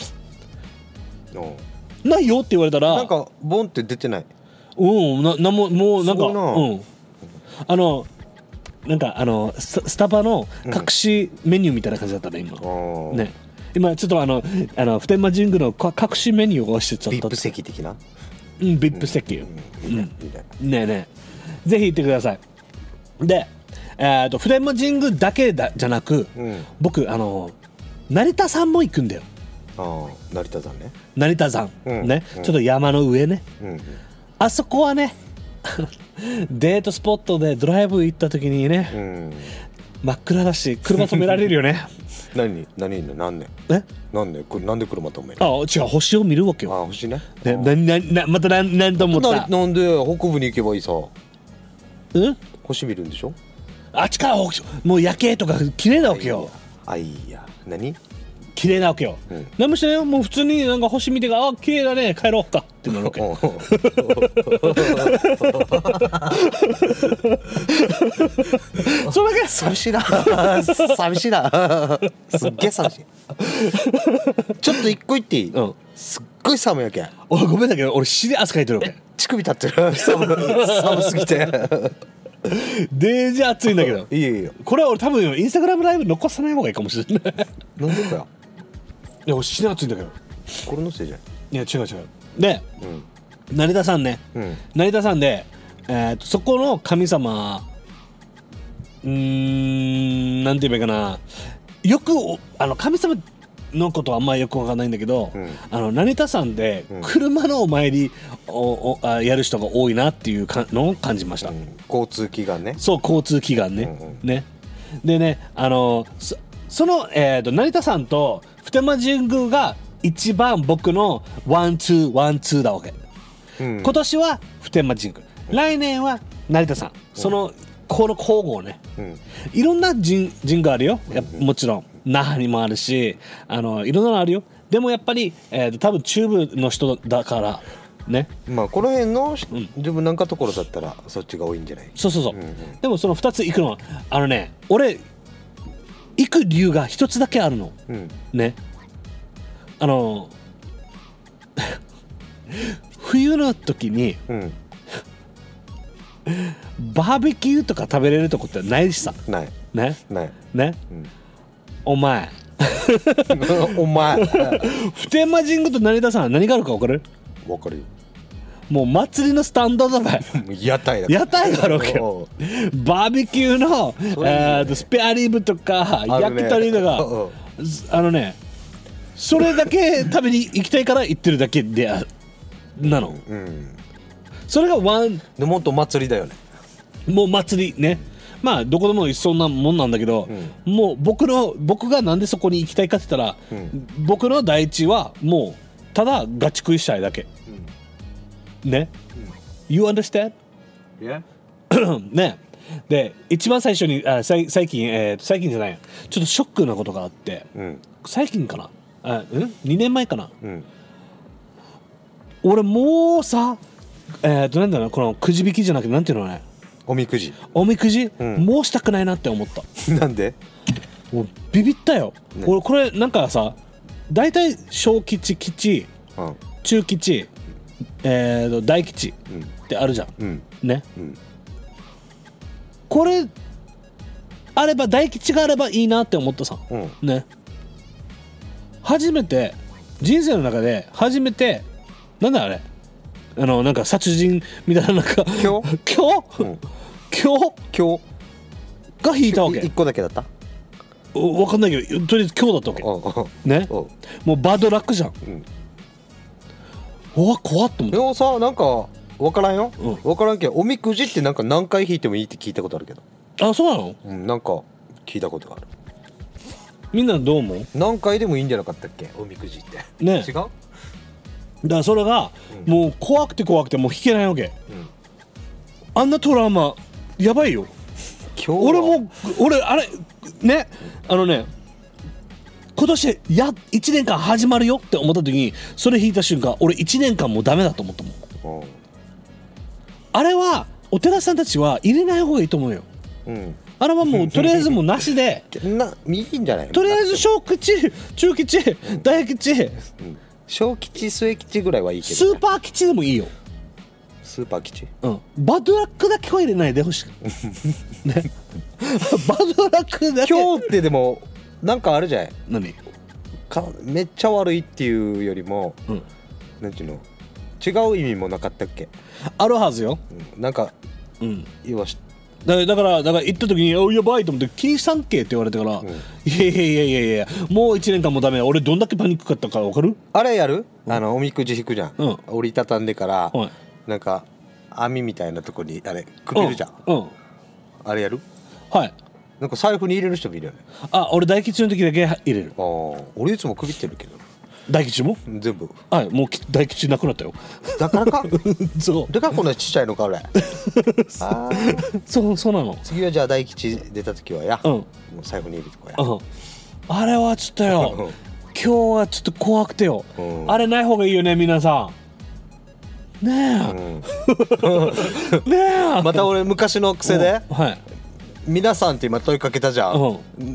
A: ないよって言われたら
B: なんかボンって出てない
A: うんななんももうなんかうんあのなんかあの ス, スタバの隠しメニューみたいな感じだったね今、うん、ね今ちょっとあのあの普天間神宮の隠しメニューをしてちゃったビ
B: ップ席的な
A: うんビップ席、うんうん、ねえねえぜひ行ってくださいでえー、と普天間神宮だけだじゃなく、うん、僕あの成田山も行くんだよ。
B: ああ、成田山ね。
A: 成田山、うん、ね、うん、ちょっと山の上ね、うんうん、あそこはねデートスポットでドライブ行った時にね、うん、真っ暗だし車止められるよね
B: 何何何何年
A: え
B: なんでなんで車止める？
A: あ、違う、星を見るわけよ。
B: あ、星ね。
A: ね、なななまた何何と思った。
B: なんで北部に行けばいいさ。
A: え？
B: 星見るんでしょ？
A: あっちから北もう夜景とか綺麗なわけよ。
B: あ、いいや。何？
A: 綺麗なわけよ、うん、何もしてないよ。もう普通になんか星見てが、あ、綺麗だね、帰ろうかってなるわけそれだけ。
B: 寂しいな寂しいなすっげえ寂しいちょっと一個言っていい？うん、すっごい寒いわけ。
A: 俺ごめんだけど俺死で汗かいてるわけ。
B: 乳首立ってる寒, 寒すぎて
A: デージ暑いんだけど。
B: いいよいいよ。
A: これは俺多分インスタグラムライブ残さない方がいいかもしれない。
B: なんでかよ。
A: いや、俺死で暑いんだけど。
B: これのせいじゃん。
A: いや、違う違う。で、うん、成田山ね、うん、成田山で、えー、とそこの神様、うーん、なんて言えばいいかな、よくあの神様のことはあんまりよく分かんないんだけど、うん、あの成田山で車のお参りを、うん、あやる人が多いなっていうのを感じました、うん、
B: 交通祈願ね。
A: そう、交通祈願ね、うんうん、ね。でね、あの そ, その、えー、と成田山と普天間神宮が一番僕のワンツーワンツーだわけ、うん、今年は普天間神宮、来年は成田山、うん、そのこの交互ね、うん、いろんな 神, 神宮あるよ、やもちろん那覇にもあるし、あのいろんなのあるよ。でもやっぱり、えー、多分中部の人だからね、
B: まあこの辺の、うん、自分なんかところだったらそっちが多いんじゃない？
A: そうそうそう、うんうん、でもそのふたつ行くのはあのね、俺行く理由がひとつだけあるの、うん、ね。あの冬の時に、うん、バーベキューとか食べれるとこってないしさ。
B: ない
A: ね
B: ない
A: ね、うん、お前
B: お前
A: 普天間神宮と成田山何があるか分かる？
B: 分かるよ。
A: もう祭りのスタンドだべ
B: 屋台だから
A: 屋台があるわけよバーベキューの、ね、えー、スペアリブとか、ね、焼き鳥とかあのね、それだけ食べに行きたいから行ってるだけでなの、うん、それがワン
B: でもっと祭りだよね。
A: もう祭りね。まあどこでもそんなもんなんだけど、うん、もう僕の僕がなんでそこに行きたいかって言ったら、うん、僕の第一はもうただガチ食いしたいだけ、うん、ね、うん、You understand?
B: Yeah
A: ね。で一番最初にあ最近、えー、最近じゃないちょっとショックなことがあって、うん、最近かなあ、うん、にねんまえかな、うん、俺もうさ、えー、となんだろう、このくじ引きじゃなくてなんていうのね、
B: おみくじ
A: おみくじ、うん、もうしたくないなって思った
B: なんで？
A: もうビビったよ、ね、俺これなんかさ、だいたい小吉吉、うん、中吉、えー、大吉ってあるじゃん、うん、ね、うん、これあれば大吉があればいいなって思ったさ、うん、ね。初めて人生の中で初めてなんだあれ、あのなんか殺人みたいななんか
B: 今日
A: 今日、うん、今日
B: 今日
A: が引いたわけ。
B: いっこだけだった？
A: 分かんないけどとりあえず今日だったわけ。おうねおうもうバッドラックじゃん、うん、うわ怖っと思って。
B: でもさ、なんか分からんよ、うん、分からんけどおみくじってなんか何回引いてもいいって聞いたことあるけど。
A: あ、そうなの？
B: うん、なんか聞いたことがある。
A: みんなどう思う？
B: 何回でもいいんじゃなかったっけおみくじって
A: ね。
B: 違う？
A: だからそれが、うん、もう怖くて怖くてもう引けないわけ、うん、あんなトラウマやばいよ。今日俺も俺あれね、あのね今年やいちねんかん始まるよって思った時にそれ引いた瞬間俺いちねんかんもうダメだと思ったもん、うん、あれはお寺さんたちは入れない方がいいと思うよ、うん、あれはもうとりあえずもうなしで
B: な右んじゃないの？
A: とりあえず小吉中吉大吉、うん、
B: 小吉末吉ぐらいはいいけど、ね、
A: スーパー吉でもいいよ。
B: スーパー吉、
A: うん、バッドラックだけは入れないでほしくねバッドラックだけ。
B: 今日ってでもなんかあるじゃない。
A: 何
B: かめっちゃ悪いっていうよりも、うん、なんていうの違う意味もなかったっけ？
A: あるはずよ、
B: うん、なんか、うん、要は
A: だからだからだから行った時に「おやばい」と思って「気にしたんけ?」って言われてから「うん、いやいやいやいやいやもういちねんかんもダメ俺どんだけパニックかったか分かる?」
B: あれやる、うん、あのおみくじ引くじゃん、うん、折りたたんでから、はい、なんか網みたいなとこにあれくべるじゃん、うんうん、あれやる？
A: はい。
B: なんか財布に入れる人もいるよね。
A: あ、俺大吉の時だけ入れる。
B: ああ、俺いつもくびってるけど。
A: 大吉も？
B: 全部。
A: はい、もう大吉なくなったよ。
B: だからか。
A: そう。
B: でかこんなちっちゃいのか俺。あ
A: あ。そうそうなの。
B: 次はじゃあ大吉出た時はや。うん。もう財布に入れてこや。うん。
A: あれはちょっとよ。今日はちょっと怖くてよ。うん、あれない方がいいよね皆さん。ねえ。うん、ねえ。
B: また俺昔の癖で。
A: はい。
B: 皆さんって今問いかけたじゃん、うん、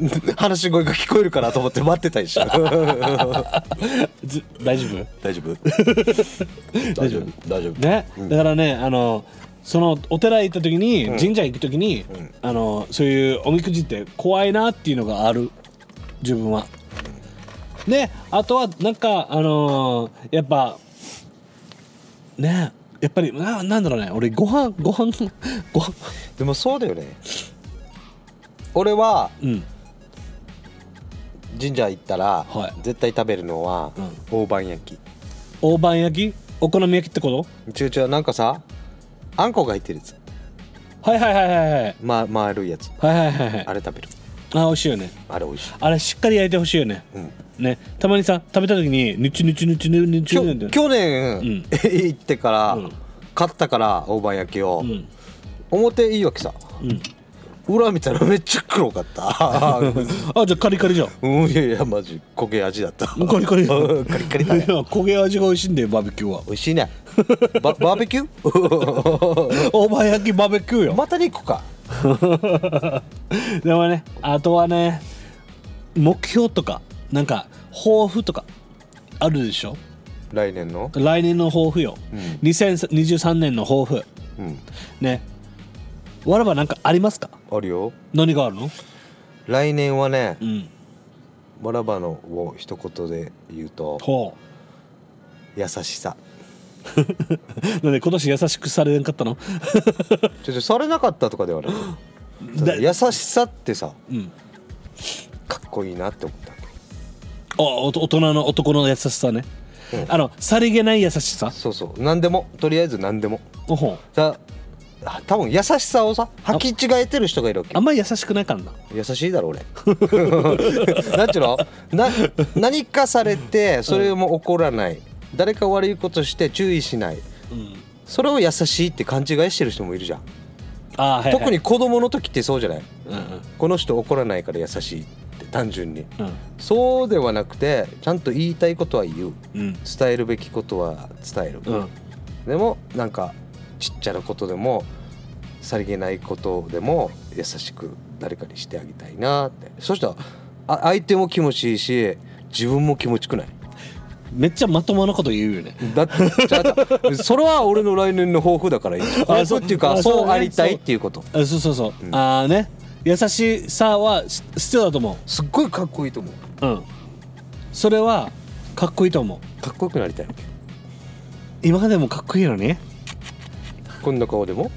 B: 話し声が聞こえるかなと思って待ってた一緒
A: 大丈夫
B: 大丈夫大丈夫
A: 大丈夫大丈夫ね、うん、だからねあのそのお寺行った時に、うん、神社行く時に、うん、あのそういうおみくじって怖いなっていうのがある自分はであとはなんかあのー、やっぱねやっぱり な, なんだろうね俺ご飯ご飯ご飯
B: でもそうだよね俺は、うん、神社行ったら、はい、絶対食べるのは、うん、大判焼き
A: 大判焼きお好み焼きってこと
B: ちゅうちゅうなんかさあんこが入ってるやつ
A: はいはいはいはいはい、
B: ま、丸いやつ
A: はいはいはいはい
B: あれ食べる
A: あ美味しいよね
B: あれ美味しい
A: あれしっかり焼いてほしいよね、うん、ねたまにさ食べた時にぬちぬちぬちぬちぬちぬ
B: 去年、うん、行ってから、うん、買ったから大判焼きを、うん、表いいわけさ、うん裏見たらめっちゃ黒かったあ
A: じゃあカリカリじゃん
B: うんいやいやマジ焦げ味だった
A: カリカリ
B: カリカリだね
A: 焦げ味が美味しいんだよバーベキューは
B: 美味しいねバ, バーベキュー
A: 大判焼きバーベキューよ
B: また肉か
A: でもねあとはね目標とかなんか抱負とかあるでしょ
B: 来年の
A: 来年の抱負よ、うん、にせんにじゅうさんねんの抱負、うん、ねわらばなんかありますか？
B: あるよ。
A: 何があるの？
B: 来年はね、うん、わらばのを一言で言うと、ほう優しさ。
A: なんで今年優しくされなかったの？
B: ちょっとされなかったとかではない。優しさってさ、うん、かっこいいなって思った。
A: あ、大人の男の優しさね。うん、あのさりげない優しさ。
B: そうそう。何でもとりあえず何でも。おほう。さ多分優しさをさ履き違えてる人がいるわけ。
A: あんまり優しくないからな。
B: 優しいだろ俺なんちゅうのな何かされてそれも怒らない、うん、誰か悪いことして注意しない、うん、それを優しいって勘違いしてる人もいるじゃん。あ、はいはい、特に子供の時ってそうじゃない、うんうん、この人怒らないから優しいって単純に、うん、そうではなくてちゃんと言いたいことは言う、うん、伝えるべきことは伝える、うん、でもなんかちっちゃなことでもさりげないことでも優しく誰かにしてあげたいなって。そしたらあ相手も気持ちいいし自分も気持ちくない？
A: めっちゃまともなこと言うよね。
B: だってそれは俺の来年の抱負だからいい。抱負っていうかそうありたいっていうこと。
A: そうそうそう、うん、ああね優しさは必要だと思う。
B: すっごいかっこいいと思う。うん
A: それはかっこいいと思
B: う。かっこよくなりたい。
A: 今までもかっこいいのに
B: こんな顔でも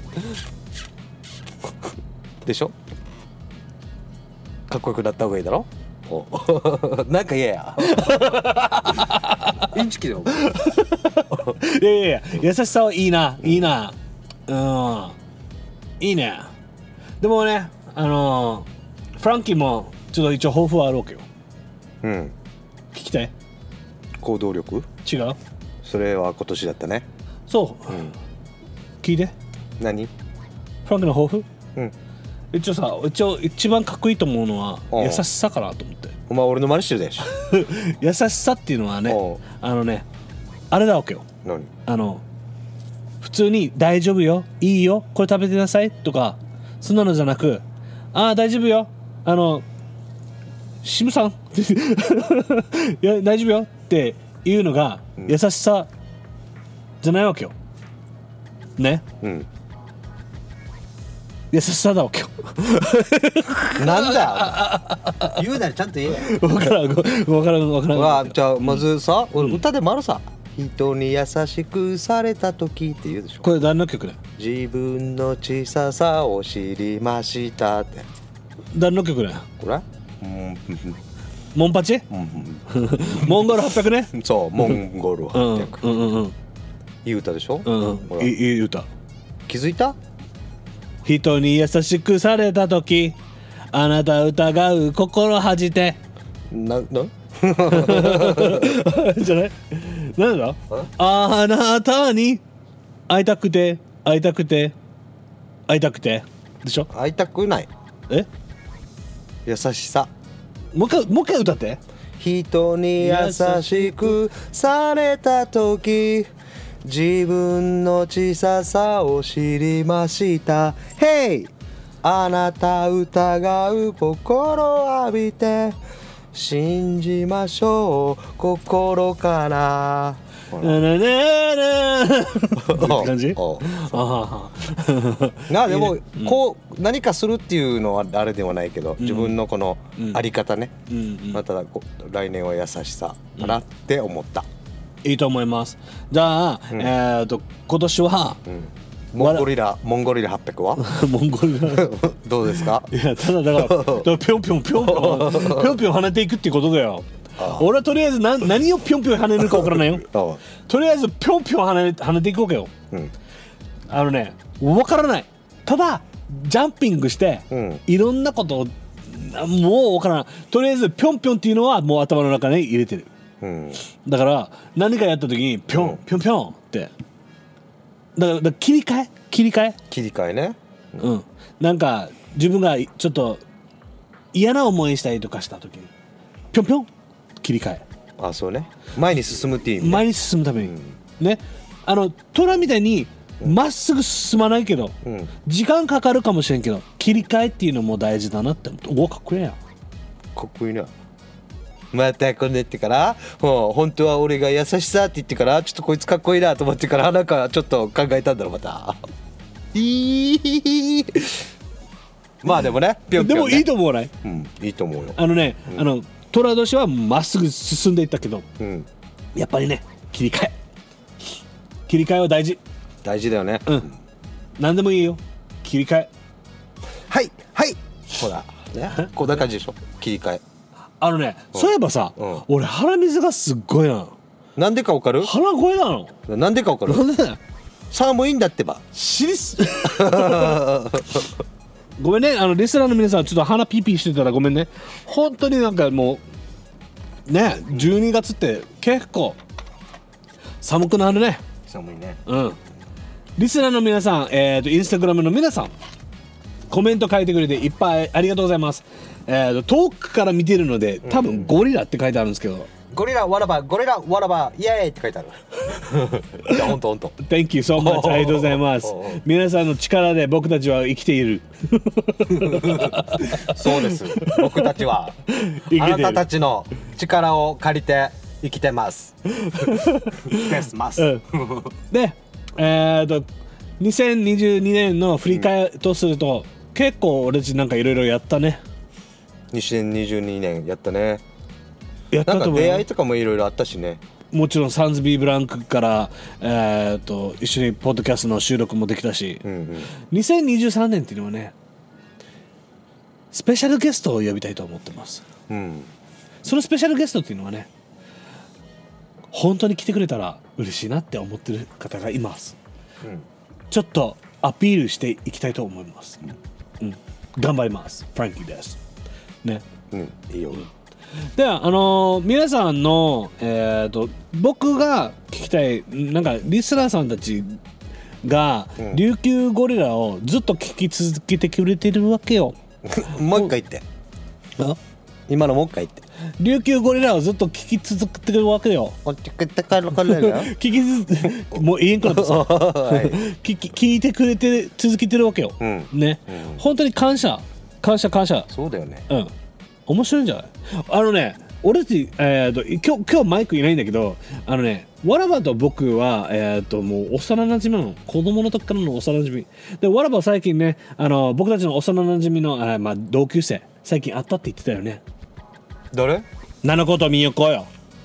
B: でしょ。かっこよくなった方がいいだろ。おなんか嫌やインチキだよ
A: いやいやいや優しさはいいないいなうんいいね。でもねあのー、フランキーもちょっと一応抱負はあるわけよ。うん聞きたい。
B: 行動力
A: 違う。
B: それは今年だったね。
A: そう、うん、聞いて。
B: 何？
A: フランキーの抱負？うん一応さ一応一番かっこいいと思うのは優しさかなと思って。
B: お前俺の真似してるでしょ
A: 優しさっていうのはねあのねあれだわけよ。
B: 何？
A: あの普通に大丈夫よいいよこれ食べてなさいとかそんなのじゃなくああ大丈夫よあのシムさんいや大丈夫よっていうのが優しさじゃないわけよね。うん優しさだわけよ
B: なんだ言うならちゃんと言え。
A: 分からん分からん分からん。
B: わじゃあまずさ、うん、俺歌でもあるさ人に優しくされた時って言うでしょ。
A: これ誰の曲だよ。
B: 自分の小ささを知りましたって。
A: 誰の曲だよ。
B: これうん
A: モンパチ、うん、モンゴルはっぴゃくね。
B: そうモンゴルはっぴゃく、うんうんうん、いい歌でしょ、うんうん、
A: いい歌。
B: 気づいた？
A: 人に優しくされた時あなた疑う心恥じて
B: な、な
A: じゃない？なんだ？あなたに会いたくて会いたくて会いたくてでしょ？
B: 会いたくない。
A: え？
B: 優しさ。
A: もう一回もう一回歌って。
B: 人に優しくされた時自分の小ささを知りました。Hey! あなた疑う心浴びて信じましょう心から。
A: ななななって感じ？
B: なでもこう何かするっていうのはあれではないけど、自分のこのあり方ね、また来年は優しさかなって思った。
A: いいと思います。じゃあ、うん、えー、と今年は、うん、
B: モンゴリラモンゴリラはっぴゃくは
A: モンゴリラ
B: どうですか？
A: いやただだからぴょんぴょんぴょんぴょんぴょんぴょん跳ねていくっていうことだよ。俺はとりあえず何何をぴょんぴょん跳ねるか分からないよ。とりあえずぴょんぴょん跳ね跳ねていこうかよ、うん、あのね分からない。ただジャンピングして、うん、いろんなことをもう分からない。とりあえずぴょんぴょんっていうのはもう頭の中に入れてる。うん、だから何かやった時にぴょんぴょんぴょんってだから、だから切り替え切り替え
B: 切り替えね、
A: うん、うん、なんか自分がちょっと嫌な思いしたりとかした時にぴょんぴょん切り替え。
B: あ、そうね、前に進むっていう意味、ね、
A: 前に進むために、うん、ね、あの虎みたいにまっすぐ進まないけど、うん、時間かかるかもしれんけど切り替えっていうのも大事だなって思って。お、かっこいいや。
B: かっこいいな。またこねってからもう本当は俺が優しさって言ってからちょっとこいつかっこいいなと思ってからなんかちょっと考えたんだろうまた。いいまあでもねぴょんぴょんね、でもいいと思わない？うん、いいと思うよ。
A: あのね、うん、あの虎年はまっすぐ進んでいったけど、うん、やっぱりね切り替え切り替えは大事
B: 大事だよね。
A: うん、何でもいいよ切り替え。
B: はいはいほらねこんな感じでしょ切り替え。
A: あのね、うん、そういえばさ、うん、俺鼻水がすっごいな。
B: なんでかわかる？
A: 鼻声なの。
B: なんでかわかる？なんで？寒いんだってば。
A: 知りすごめんね、あのリスナーの皆さんちょっと鼻ピーピーしてたらごめんね。本当になんかもうねじゅうにがつって結構寒くなるね。
B: 寒いね。
A: うん。リスナーの皆さん、えーとインスタグラムの皆さんコメント書いてくれていっぱいありがとうございます。えー、と遠くから見てるので多分ゴリラって書いてあるんですけど、うん、
B: ゴリラわらばゴリラわらばイエーイって書いてある。いやほんとほんと
A: Thank you so much ありがとうございます。皆さんの力で僕たちは生きている。
B: そうです、僕たちはあなたたちの力を借りて生きてますですます、うん、
A: でえーとにせんにじゅうにねんの振り返りとすると、うん、結構俺たちなんかいろいろやったね。
B: にせんにじゅうにねんやったね。
A: やったと思う。
B: なんか出会いとかもいろいろあったしね。
A: もちろんサンズビーブランクから、えー、と一緒にポッドキャストの収録もできたし、うんうん、にせんにじゅうさんねんっていうのはねスペシャルゲストを呼びたいと思ってます、うん、そのスペシャルゲストっていうのはね本当に来てくれたら嬉しいなって思ってる方がいます、うん、ちょっとアピールしていきたいと思います、うん、頑張ります。フランキーですね、
B: うん、いいよ。
A: ではあのー、皆さんの、えー、と僕が聞きたいなんかリスナーさんたちが、うん、琉球ゴリラをずっと聞き続けてくれてるわけよ。
B: もう一回言って。あ今のもう一回言って。
A: 琉球ゴリラをずっと聞き続けてるわけよ。聞きずもういいんかなさ、はい、聞, 聞いてくれて続けてるわけよ、うん、ね、うん、本当に感謝感謝感謝。
B: そうだよね。
A: うん。面白いんじゃない？あのね、俺たち、えーと、今日、今日マイクいないんだけど、あのね、わらばと僕は、えーと、もう幼馴染なの。子供の時からの幼馴染。で、わらば最近ね、あの、僕たちの幼馴染の、あまあ、同級生、最近会ったって言ってたよね。
B: 誰？
A: 七子とみよこよ。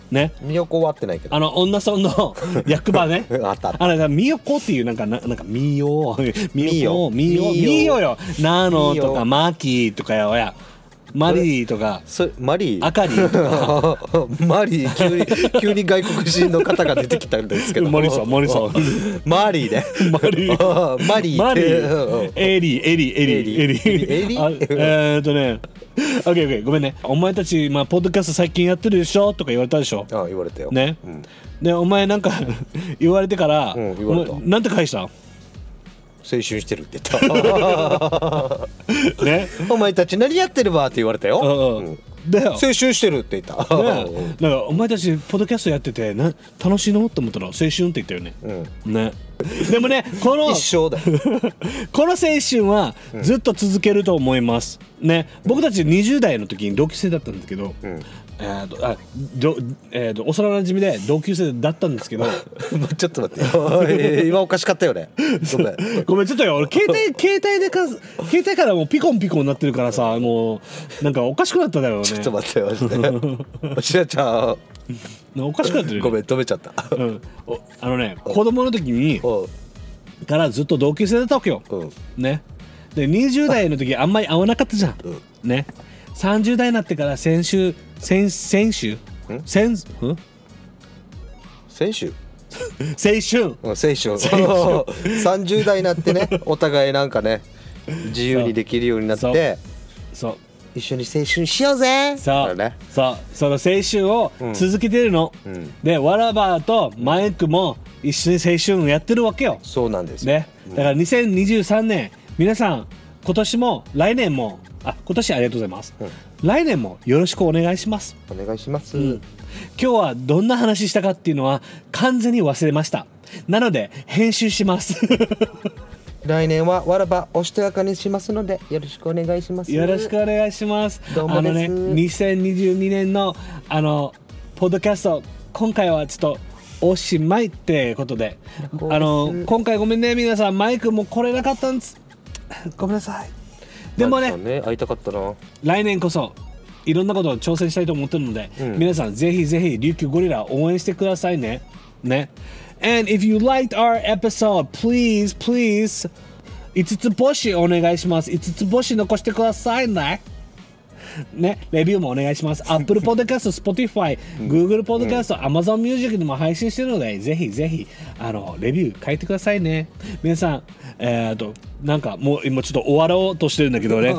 A: ね、
B: 都は会ってないけど、
A: あの女村の役場ね
B: あったあった、
A: あれ都っていうなんかななんかみよみよみよ
B: みよ
A: みよよナノとかマキとかややマリーとか
B: そマリー
A: アカリとか
B: マリー急に急に外国人の方が出てきたんですけど
A: マリさんマリさん
B: マリーね
A: マリー
B: マリー
A: マリーエリーエリーエリーエリー
B: エリー
A: えーっとねオッケーオッケーごめんねお前たちまあポッドキャスト最近やってるでしょとか言われたでしょ
B: ああ言われたよ
A: ね、
B: うん、
A: でお前なんか言われてから、
B: うん、言われた
A: お前なんて返した
B: 青春してるって言ったねお前たち何やってるわって言われたよ、
A: うんうん、だよ
B: 青春してるって言った、
A: ね、なんかお前たちポッドキャストやっててな楽しいのって思ったら青春って言ったよね、うん、ねでもねこの
B: 一生だ
A: この青春はずっと続けると思います、うん、ね僕たちにじゅう代の時に同級生だったんですけど、うんえーとあどえーと幼馴染で同級生だったんですけど
B: ちょっと待って今おかしかったよねごめん
A: ごめんちょっとよ俺携帯携帯でか携帯からもうピコンピコンになってるからさもうなんかおかしくなっただよね
B: ちょっと待ってマジでしらちゃん
A: おかしくなってる、ね、
B: ごめん止めちゃった、
A: うん、おあのね子供の時にからずっと同級生だったわけよ、うん、ねでにじゅう代の時あんまり会わなかったじゃん、うん、ねさんじゅう代になってから先週先先週先ん
B: 先週
A: 青春
B: 青春さんじゅう代になってねお互いなんかね自由にできるようになって
A: そう
B: 一緒に青春しようぜ
A: そう、ね、そうその青春を続けてるの、うん、でわらばとマイクも一緒に青春をやってるわけよ
B: そうなんですよ、
A: ね、だからにせんにじゅうさんねん皆さん今年も来年もあ今年ありがとうございます、うん、来年もよろしくお願いします
B: お願いします、うん、
A: 今日はどんな話したかっていうのは完全に忘れましたなので編集します
B: 来年はわらばおしとやかにしますのでよろしくお願いします
A: よろしくお願いします
B: どうもです。
A: あのねにせんにじゅうにねんのあのポッドキャスト今回はちょっとおしまいってことであの今回ごめんね皆さんマイクも来れなかったんですごめんなさいでも ね,
B: ね会いたかったな
A: 来年こそいろんなことを挑戦したいと思ってるので、うん、皆さんぜひぜひ琉球ゴリラ応援してくださいねね And if you liked our episode please please いつつ星お願いしますいつつ星残してくださいねね、レビューもお願いします。Apple Podcast、Spotify、Google Podcast、Amazon Music でも配信してるので、ぜひぜひあのレビュー書いてくださいね。皆さん、えーとなんかもう今ちょっと終わろうとしてるんだけどね。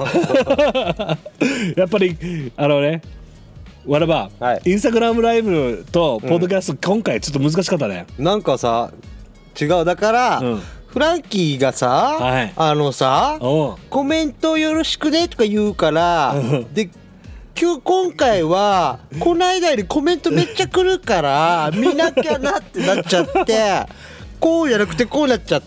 A: やっぱりあのね、わらば、はい、インスタグラムライブとポッドキャスト、うん、今回ちょっと難しかったね。
B: なんかさ、違うだから。うんフランキーがさ、はい、あのさコメントよろしくねとか言うからで今日今回はこの間よりコメントめっちゃ来るから見なきゃなってなっちゃってこうじゃなくてこうなっちゃった。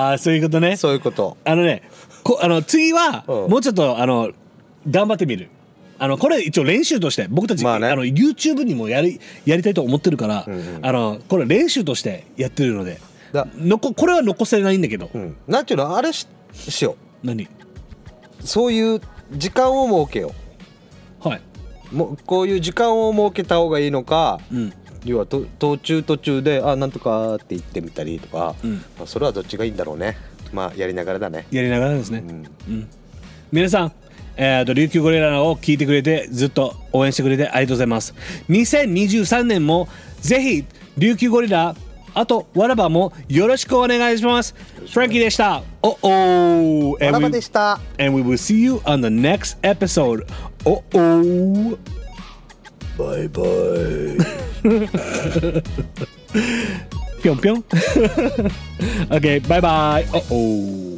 A: あーそういうことね。
B: そういうこと
A: あのねこあの次はもうちょっとあの頑張ってみる。あのこれ一応練習として僕たち、まあね、あの YouTube にもやりやりたいと思ってるから、うんうん、あのこれ練習としてやってるのでのここれは残せないんだけど、
B: うん、なんていうのあれ し, しよ
A: う何
B: そういう時間を設けよ
A: うはい
B: もうこういう時間を設けた方がいいのか、うん、要はと途中途中であなんとかって言ってみたりとか、うんまあ、それはどっちがいいんだろうね。まあやりながらだね
A: やりながらですね、うんうん、皆さんえーと琉球ゴリラを聞いてくれてずっと応援してくれてありがとうございます。にせんにじゅうさんねんもぜひ琉球ゴリラあとわらばもよろしくお願いします。フランキーでした。おお
B: わらばでした。
A: And we will see you on the next episode. おおバイバイぴょんぴょんOK バイバイおお